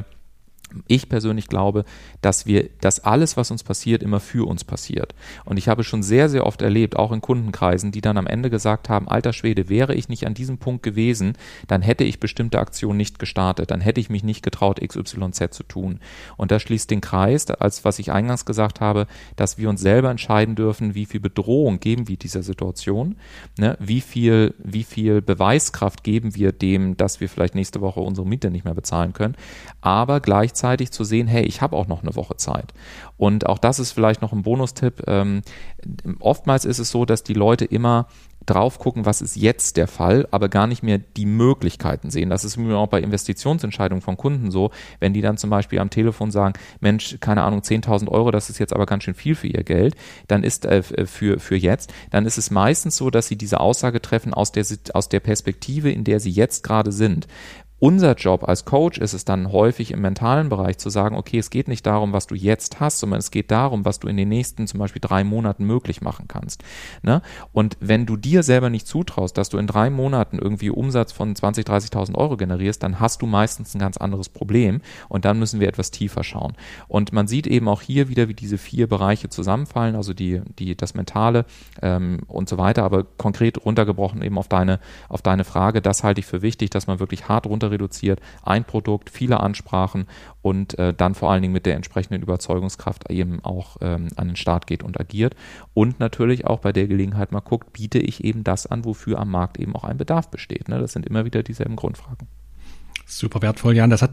ich persönlich glaube, dass alles, was uns passiert, immer für uns passiert. Und ich habe schon sehr, sehr oft erlebt, auch in Kundenkreisen, die dann am Ende gesagt haben, alter Schwede, wäre ich nicht an diesem Punkt gewesen, dann hätte ich bestimmte Aktionen nicht gestartet, dann hätte ich mich nicht getraut, XYZ zu tun. Und das schließt den Kreis, als was ich eingangs gesagt habe, dass wir uns selber entscheiden dürfen, wie viel Bedrohung geben wir dieser Situation, ne? Wie viel Beweiskraft geben wir dem, dass wir vielleicht nächste Woche unsere Miete nicht mehr bezahlen können, aber gleichzeitig zu sehen, hey, ich habe auch noch eine Woche Zeit. Und auch das ist vielleicht noch ein Bonustipp. Oftmals ist es so, dass die Leute immer drauf gucken, was ist jetzt der Fall, aber gar nicht mehr die Möglichkeiten sehen. Das ist mir auch bei Investitionsentscheidungen von Kunden so, wenn die dann zum Beispiel am Telefon sagen, Mensch, keine Ahnung, 10.000 Euro, das ist jetzt aber ganz schön viel für ihr Geld, dann ist für jetzt, dann ist es meistens so, dass sie diese Aussage treffen aus der Perspektive, in der sie jetzt gerade sind. Unser Job als Coach ist es dann häufig im mentalen Bereich zu sagen, okay, es geht nicht darum, was du jetzt hast, sondern es geht darum, was du in den nächsten zum Beispiel 3 Monaten möglich machen kannst. Ne? Und wenn du dir selber nicht zutraust, dass du in 3 Monaten irgendwie Umsatz von 20.000, 30.000 Euro generierst, dann hast du meistens ein ganz anderes Problem und dann müssen wir etwas tiefer schauen. Und man sieht eben auch hier wieder, wie diese 4 Bereiche zusammenfallen, also das Mentale und so weiter, aber konkret runtergebrochen eben auf deine Frage, das halte ich für wichtig, dass man wirklich hart runter reduziert, ein Produkt, viele Ansprachen und dann vor allen Dingen mit der entsprechenden Überzeugungskraft eben auch an den Start geht und agiert und natürlich auch bei der Gelegenheit mal guckt, biete ich eben das an, wofür am Markt eben auch ein Bedarf besteht. Ne? Das sind immer wieder dieselben Grundfragen. Super wertvoll, Jan. Das hat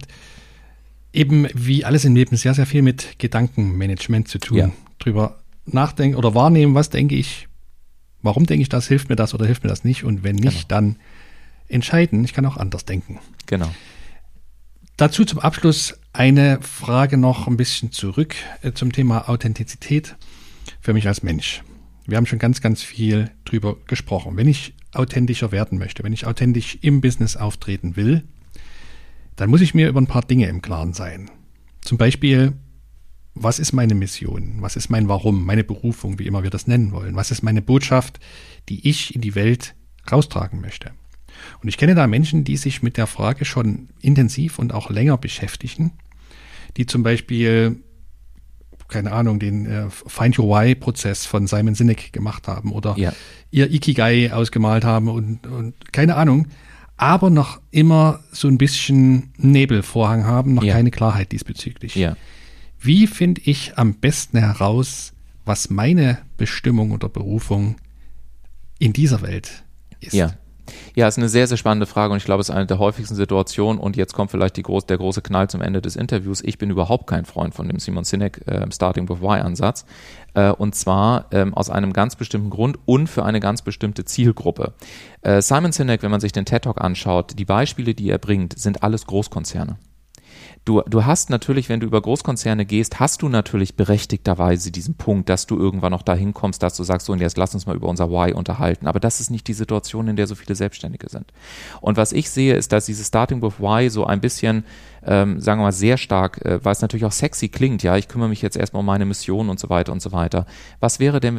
eben wie alles im Leben sehr, sehr viel mit Gedankenmanagement zu tun. Ja. Drüber nachdenken oder wahrnehmen, was denke ich, warum denke ich das, hilft mir das oder hilft mir das nicht und wenn nicht, dann entscheiden. Ich kann auch anders denken. Genau. Dazu zum Abschluss eine Frage noch ein bisschen zurück zum Thema Authentizität für mich als Mensch. Wir haben schon ganz, ganz viel drüber gesprochen. Wenn ich authentischer werden möchte, wenn ich authentisch im Business auftreten will, dann muss ich mir über ein paar Dinge im Klaren sein. Zum Beispiel, was ist meine Mission? Was ist mein Warum? Meine Berufung, wie immer wir das nennen wollen? Was ist meine Botschaft, die ich in die Welt raustragen möchte? Und ich kenne da Menschen, die sich mit der Frage schon intensiv und auch länger beschäftigen, die zum Beispiel, keine Ahnung, den Find Your Why-Prozess von Simon Sinek gemacht haben oder ihr Ikigai ausgemalt haben und keine Ahnung, aber noch immer so ein bisschen Nebelvorhang haben, noch keine Klarheit diesbezüglich. Ja. Wie finde ich am besten heraus, was meine Bestimmung oder Berufung in dieser Welt ist? Ja, ist eine sehr, sehr spannende Frage und ich glaube, es ist eine der häufigsten Situationen und jetzt kommt vielleicht der große Knall zum Ende des Interviews. Ich bin überhaupt kein Freund von dem Simon Sinek Starting with Why Ansatz und zwar aus einem ganz bestimmten Grund und für eine ganz bestimmte Zielgruppe. Simon Sinek, wenn man sich den TED Talk anschaut, die Beispiele, die er bringt, sind alles Großkonzerne. Du hast natürlich, wenn du über Großkonzerne gehst, hast du natürlich berechtigterweise diesen Punkt, dass du irgendwann noch dahin kommst, dass du sagst, so und jetzt lass uns mal über unser Why unterhalten. Aber das ist nicht die Situation, in der so viele Selbstständige sind. Und was ich sehe, ist, dass dieses Starting with Why so ein bisschen, sagen wir mal, sehr stark, weil es natürlich auch sexy klingt, ja, ich kümmere mich jetzt erstmal um meine Mission und so weiter und so weiter. Was wäre denn,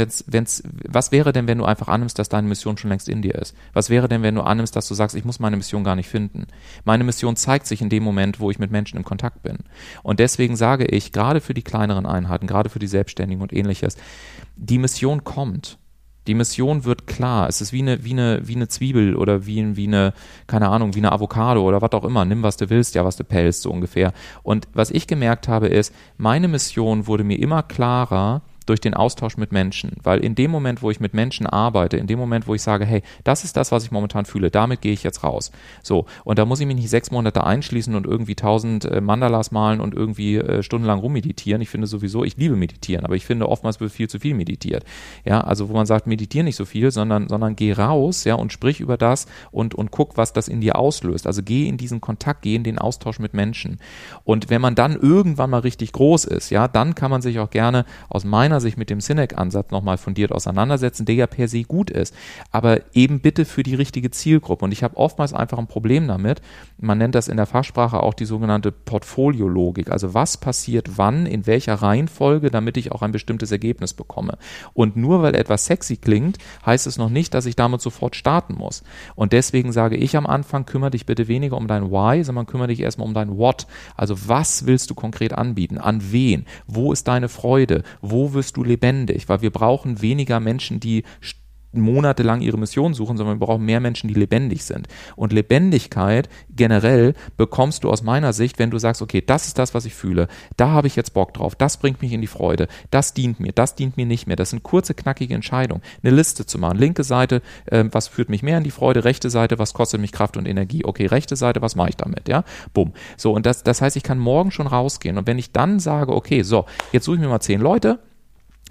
wenn du einfach annimmst, dass deine Mission schon längst in dir ist? Was wäre denn, wenn du annimmst, dass du sagst, ich muss meine Mission gar nicht finden? Meine Mission zeigt sich in dem Moment, wo ich mit Menschen im Kontakt bin. Und deswegen sage ich, gerade für die kleineren Einheiten, gerade für die Selbstständigen und ähnliches, die Mission kommt. Die Mission wird klar. Es ist wie eine Zwiebel oder wie eine, keine Ahnung, wie eine Avocado oder was auch immer. Nimm, was du willst, ja, was du pellst, so ungefähr. Und was ich gemerkt habe, ist, meine Mission wurde mir immer klarer durch den Austausch mit Menschen, weil in dem Moment, wo ich mit Menschen arbeite, in dem Moment, wo ich sage, hey, das ist das, was ich momentan fühle, damit gehe ich jetzt raus. So, und da muss ich mich nicht 6 Monate einschließen und irgendwie 1000 Mandalas malen und irgendwie stundenlang rummeditieren. Ich finde sowieso, ich liebe meditieren, aber ich finde, oftmals wird viel zu viel meditiert. Ja, also wo man sagt, meditiere nicht so viel, sondern geh raus, ja, und sprich über das und guck, was das in dir auslöst. Also geh in diesen Kontakt, geh in den Austausch mit Menschen. Und wenn man dann irgendwann mal richtig groß ist, ja, dann kann man sich auch gerne aus meiner Sicht mit dem Sinek-Ansatz nochmal fundiert auseinandersetzen, der ja per se gut ist, aber eben bitte für die richtige Zielgruppe. Und ich habe oftmals einfach ein Problem damit, man nennt das in der Fachsprache auch die sogenannte Portfoliologik, also was passiert wann, in welcher Reihenfolge, damit ich auch ein bestimmtes Ergebnis bekomme. Und nur weil etwas sexy klingt, heißt es noch nicht, dass ich damit sofort starten muss. Und deswegen sage ich am Anfang, kümmere dich bitte weniger um dein Why, sondern kümmere dich erstmal um dein What. Also was willst du konkret anbieten? An wen? Wo ist deine Freude? Wo wirst du lebendig? Weil wir brauchen weniger Menschen, die monatelang ihre Mission suchen, sondern wir brauchen mehr Menschen, die lebendig sind. Und Lebendigkeit generell bekommst du aus meiner Sicht, wenn du sagst, okay, das ist das, was ich fühle, da habe ich jetzt Bock drauf, das bringt mich in die Freude, das dient mir nicht mehr. Das sind kurze, knackige Entscheidungen. Eine Liste zu machen. Linke Seite, was führt mich mehr in die Freude? Rechte Seite, was kostet mich Kraft und Energie? Okay, rechte Seite, was mache ich damit? Ja, bumm. So, und das heißt, ich kann morgen schon rausgehen. Und wenn ich dann sage, okay, so, jetzt suche ich mir mal 10 Leute,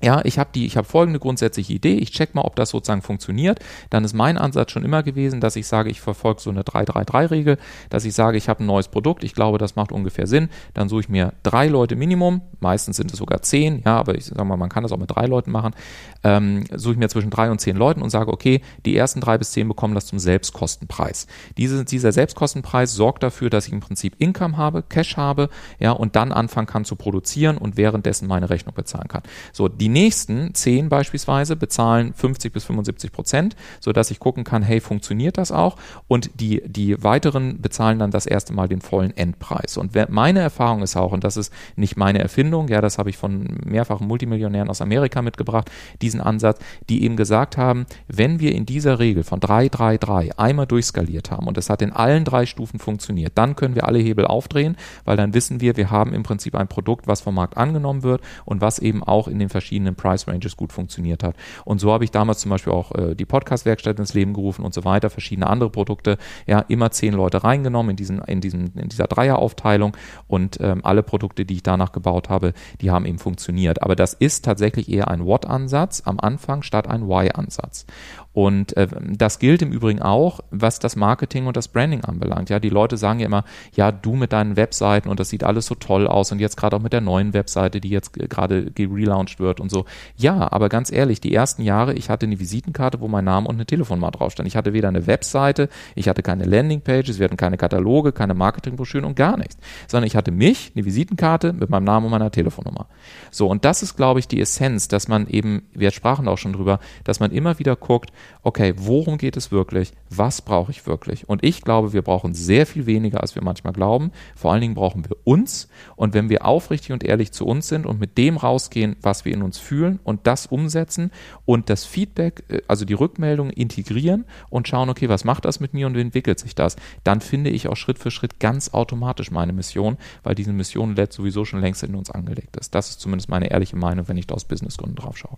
Ja, ich habe folgende grundsätzliche Idee, ich check mal, ob das sozusagen funktioniert. Dann ist mein Ansatz schon immer gewesen, dass ich sage, ich verfolge so eine 3-3-3-Regel, dass ich sage, ich habe ein neues Produkt, ich glaube, das macht ungefähr Sinn. Dann suche ich mir 3 Leute Minimum, meistens sind es sogar 10, ja, aber ich sage mal, man kann das auch mit 3 Leuten machen. Suche ich mir zwischen 3 und 10 Leuten und sage, okay, die ersten 3 bis 10 bekommen das zum Selbstkostenpreis. Dieser Selbstkostenpreis sorgt dafür, dass ich im Prinzip Income habe, Cash habe, ja, und dann anfangen kann zu produzieren und währenddessen meine Rechnung bezahlen kann. So, die nächsten 10 beispielsweise bezahlen 50-75%, sodass ich gucken kann, hey, funktioniert das auch? Und die weiteren bezahlen dann das erste Mal den vollen Endpreis. Und meine Erfahrung ist auch, und das ist nicht meine Erfindung, ja, das habe ich von mehrfachen Multimillionären aus Amerika mitgebracht, diesen Ansatz, die eben gesagt haben, wenn wir in dieser Regel von 3-3-3 einmal durchskaliert haben und es hat in allen 3 Stufen funktioniert, dann können wir alle Hebel aufdrehen, weil dann wissen wir haben im Prinzip ein Produkt, was vom Markt angenommen wird und was eben auch in den verschiedenen Price Ranges gut funktioniert hat. Und so habe ich damals zum Beispiel auch die Podcast-Werkstatt ins Leben gerufen und so weiter, verschiedene andere Produkte, ja, immer 10 Leute reingenommen in dieser Dreieraufteilung und alle Produkte, die ich danach gebaut habe, die haben eben funktioniert. Aber das ist tatsächlich eher ein What-Ansatz am Anfang statt ein Why-Ansatz. Und das gilt im Übrigen auch, was das Marketing und das Branding anbelangt. Ja, die Leute sagen ja immer, ja, du mit deinen Webseiten und das sieht alles so toll aus und jetzt gerade auch mit der neuen Webseite, die jetzt gerade gelauncht wird und so. Ja, aber ganz ehrlich, die ersten Jahre, ich hatte eine Visitenkarte, wo mein Name und eine Telefonnummer drauf stand. Ich hatte weder eine Webseite, ich hatte keine Landingpages, wir hatten keine Kataloge, keine Marketingbroschüren und gar nichts, sondern ich hatte eine Visitenkarte mit meinem Namen und meiner Telefonnummer. So, und das ist, glaube ich, die Essenz, dass man eben, wir sprachen auch schon drüber, dass man immer wieder guckt, okay, worum geht es wirklich? Was brauche ich wirklich? Und ich glaube, wir brauchen sehr viel weniger, als wir manchmal glauben. Vor allen Dingen brauchen wir uns. Und wenn wir aufrichtig und ehrlich zu uns sind und mit dem rausgehen, was wir in uns fühlen und das umsetzen und das Feedback, also die Rückmeldung integrieren und schauen, okay, was macht das mit mir und wie entwickelt sich das? Dann finde ich auch Schritt für Schritt ganz automatisch meine Mission, weil diese Mission sowieso schon längst in uns angelegt ist. Das ist zumindest meine ehrliche Meinung, wenn ich da aus Businessgründen drauf schaue.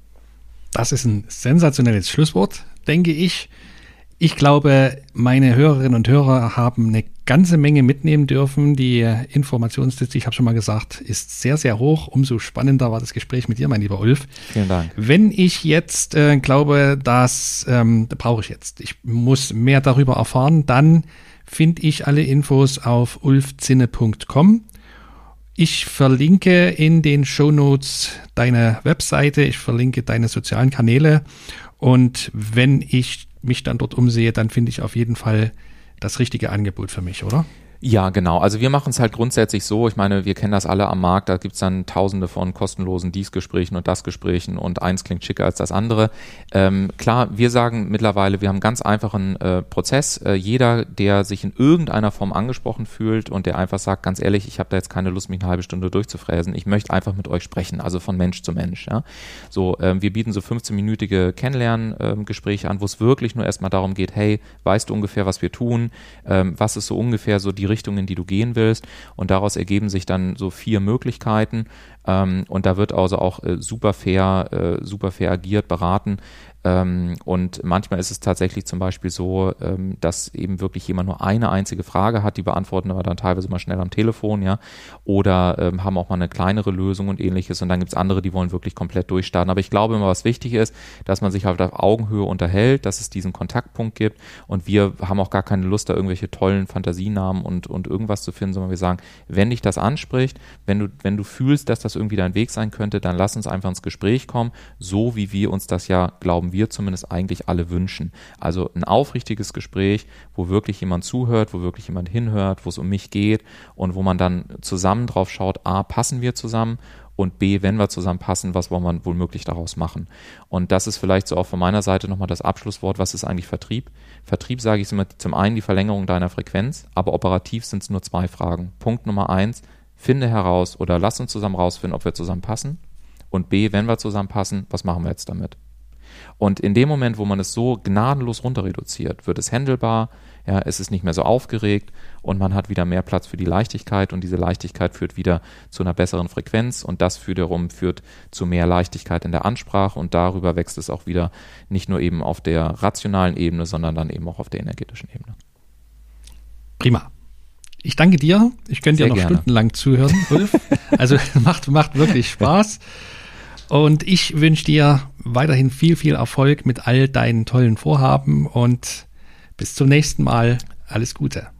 Das ist ein sensationelles Schlusswort, denke ich. Ich glaube, meine Hörerinnen und Hörer haben eine ganze Menge mitnehmen dürfen. Die Informationsdichte, ich habe schon mal gesagt, ist sehr, sehr hoch. Umso spannender war das Gespräch mit dir, mein lieber Ulf. Vielen Dank. Wenn ich jetzt glaube, das brauche ich jetzt, ich muss mehr darüber erfahren, dann finde ich alle Infos auf ulfzinne.com. Ich verlinke in den Shownotes deine Webseite, ich verlinke deine sozialen Kanäle und wenn ich mich dann dort umsehe, dann finde ich auf jeden Fall das richtige Angebot für mich, oder? Ja, genau. Also wir machen es halt grundsätzlich so, ich meine, wir kennen das alle am Markt, da gibt's dann tausende von kostenlosen Dies-Gesprächen und das-Gesprächen und eins klingt schicker als das andere. Klar, wir sagen mittlerweile, wir haben einen ganz einfachen Prozess. Jeder, der sich in irgendeiner Form angesprochen fühlt und der einfach sagt, ganz ehrlich, ich habe da jetzt keine Lust, mich eine halbe Stunde durchzufräsen, ich möchte einfach mit euch sprechen, also von Mensch zu Mensch. Ja? So, wir bieten so 15-minütige Kennenlerngespräche an, wo es wirklich nur erstmal darum geht, hey, weißt du ungefähr, was wir tun? Was ist so ungefähr so die Richtung, in die du gehen willst, und daraus ergeben sich dann so 4 Möglichkeiten und da wird also auch super fair agiert, beraten. Und manchmal ist es tatsächlich zum Beispiel so, dass eben wirklich jemand nur eine einzige Frage hat, die beantworten aber dann teilweise mal schnell am Telefon, ja, oder haben auch mal eine kleinere Lösung und ähnliches, und dann gibt es andere, die wollen wirklich komplett durchstarten. Aber ich glaube immer, was wichtig ist, dass man sich halt auf Augenhöhe unterhält, dass es diesen Kontaktpunkt gibt, und wir haben auch gar keine Lust, da irgendwelche tollen Fantasienamen und irgendwas zu finden, sondern wir sagen, wenn dich das anspricht, wenn du fühlst, dass das irgendwie dein Weg sein könnte, dann lass uns einfach ins Gespräch kommen, so wie wir uns das ja, glauben wir zumindest, eigentlich alle wünschen. Also ein aufrichtiges Gespräch, wo wirklich jemand zuhört, wo wirklich jemand hinhört, wo es um mich geht und wo man dann zusammen drauf schaut, A, passen wir zusammen, und B, wenn wir zusammen passen, was wollen wir womöglich daraus machen? Und das ist vielleicht so auch von meiner Seite nochmal das Abschlusswort. Was ist eigentlich Vertrieb? Vertrieb, sage ich, ist immer zum einen die Verlängerung deiner Frequenz, aber operativ sind es nur 2 Fragen. Punkt Nummer 1, finde heraus oder lass uns zusammen rausfinden, ob wir zusammen passen. Und B, wenn wir zusammen passen, was machen wir jetzt damit? Und in dem Moment, wo man es so gnadenlos runter reduziert, wird es handelbar, ja, es ist nicht mehr so aufgeregt und man hat wieder mehr Platz für die Leichtigkeit, und diese Leichtigkeit führt wieder zu einer besseren Frequenz, und das wiederum führt zu mehr Leichtigkeit in der Ansprache, und darüber wächst es auch wieder nicht nur eben auf der rationalen Ebene, sondern dann eben auch auf der energetischen Ebene. Prima. Ich danke dir. Ich könnte dir noch gerne stundenlang zuhören, Ulf. Also macht wirklich Spaß. Und ich wünsche dir weiterhin viel, viel Erfolg mit all deinen tollen Vorhaben und bis zum nächsten Mal. Alles Gute.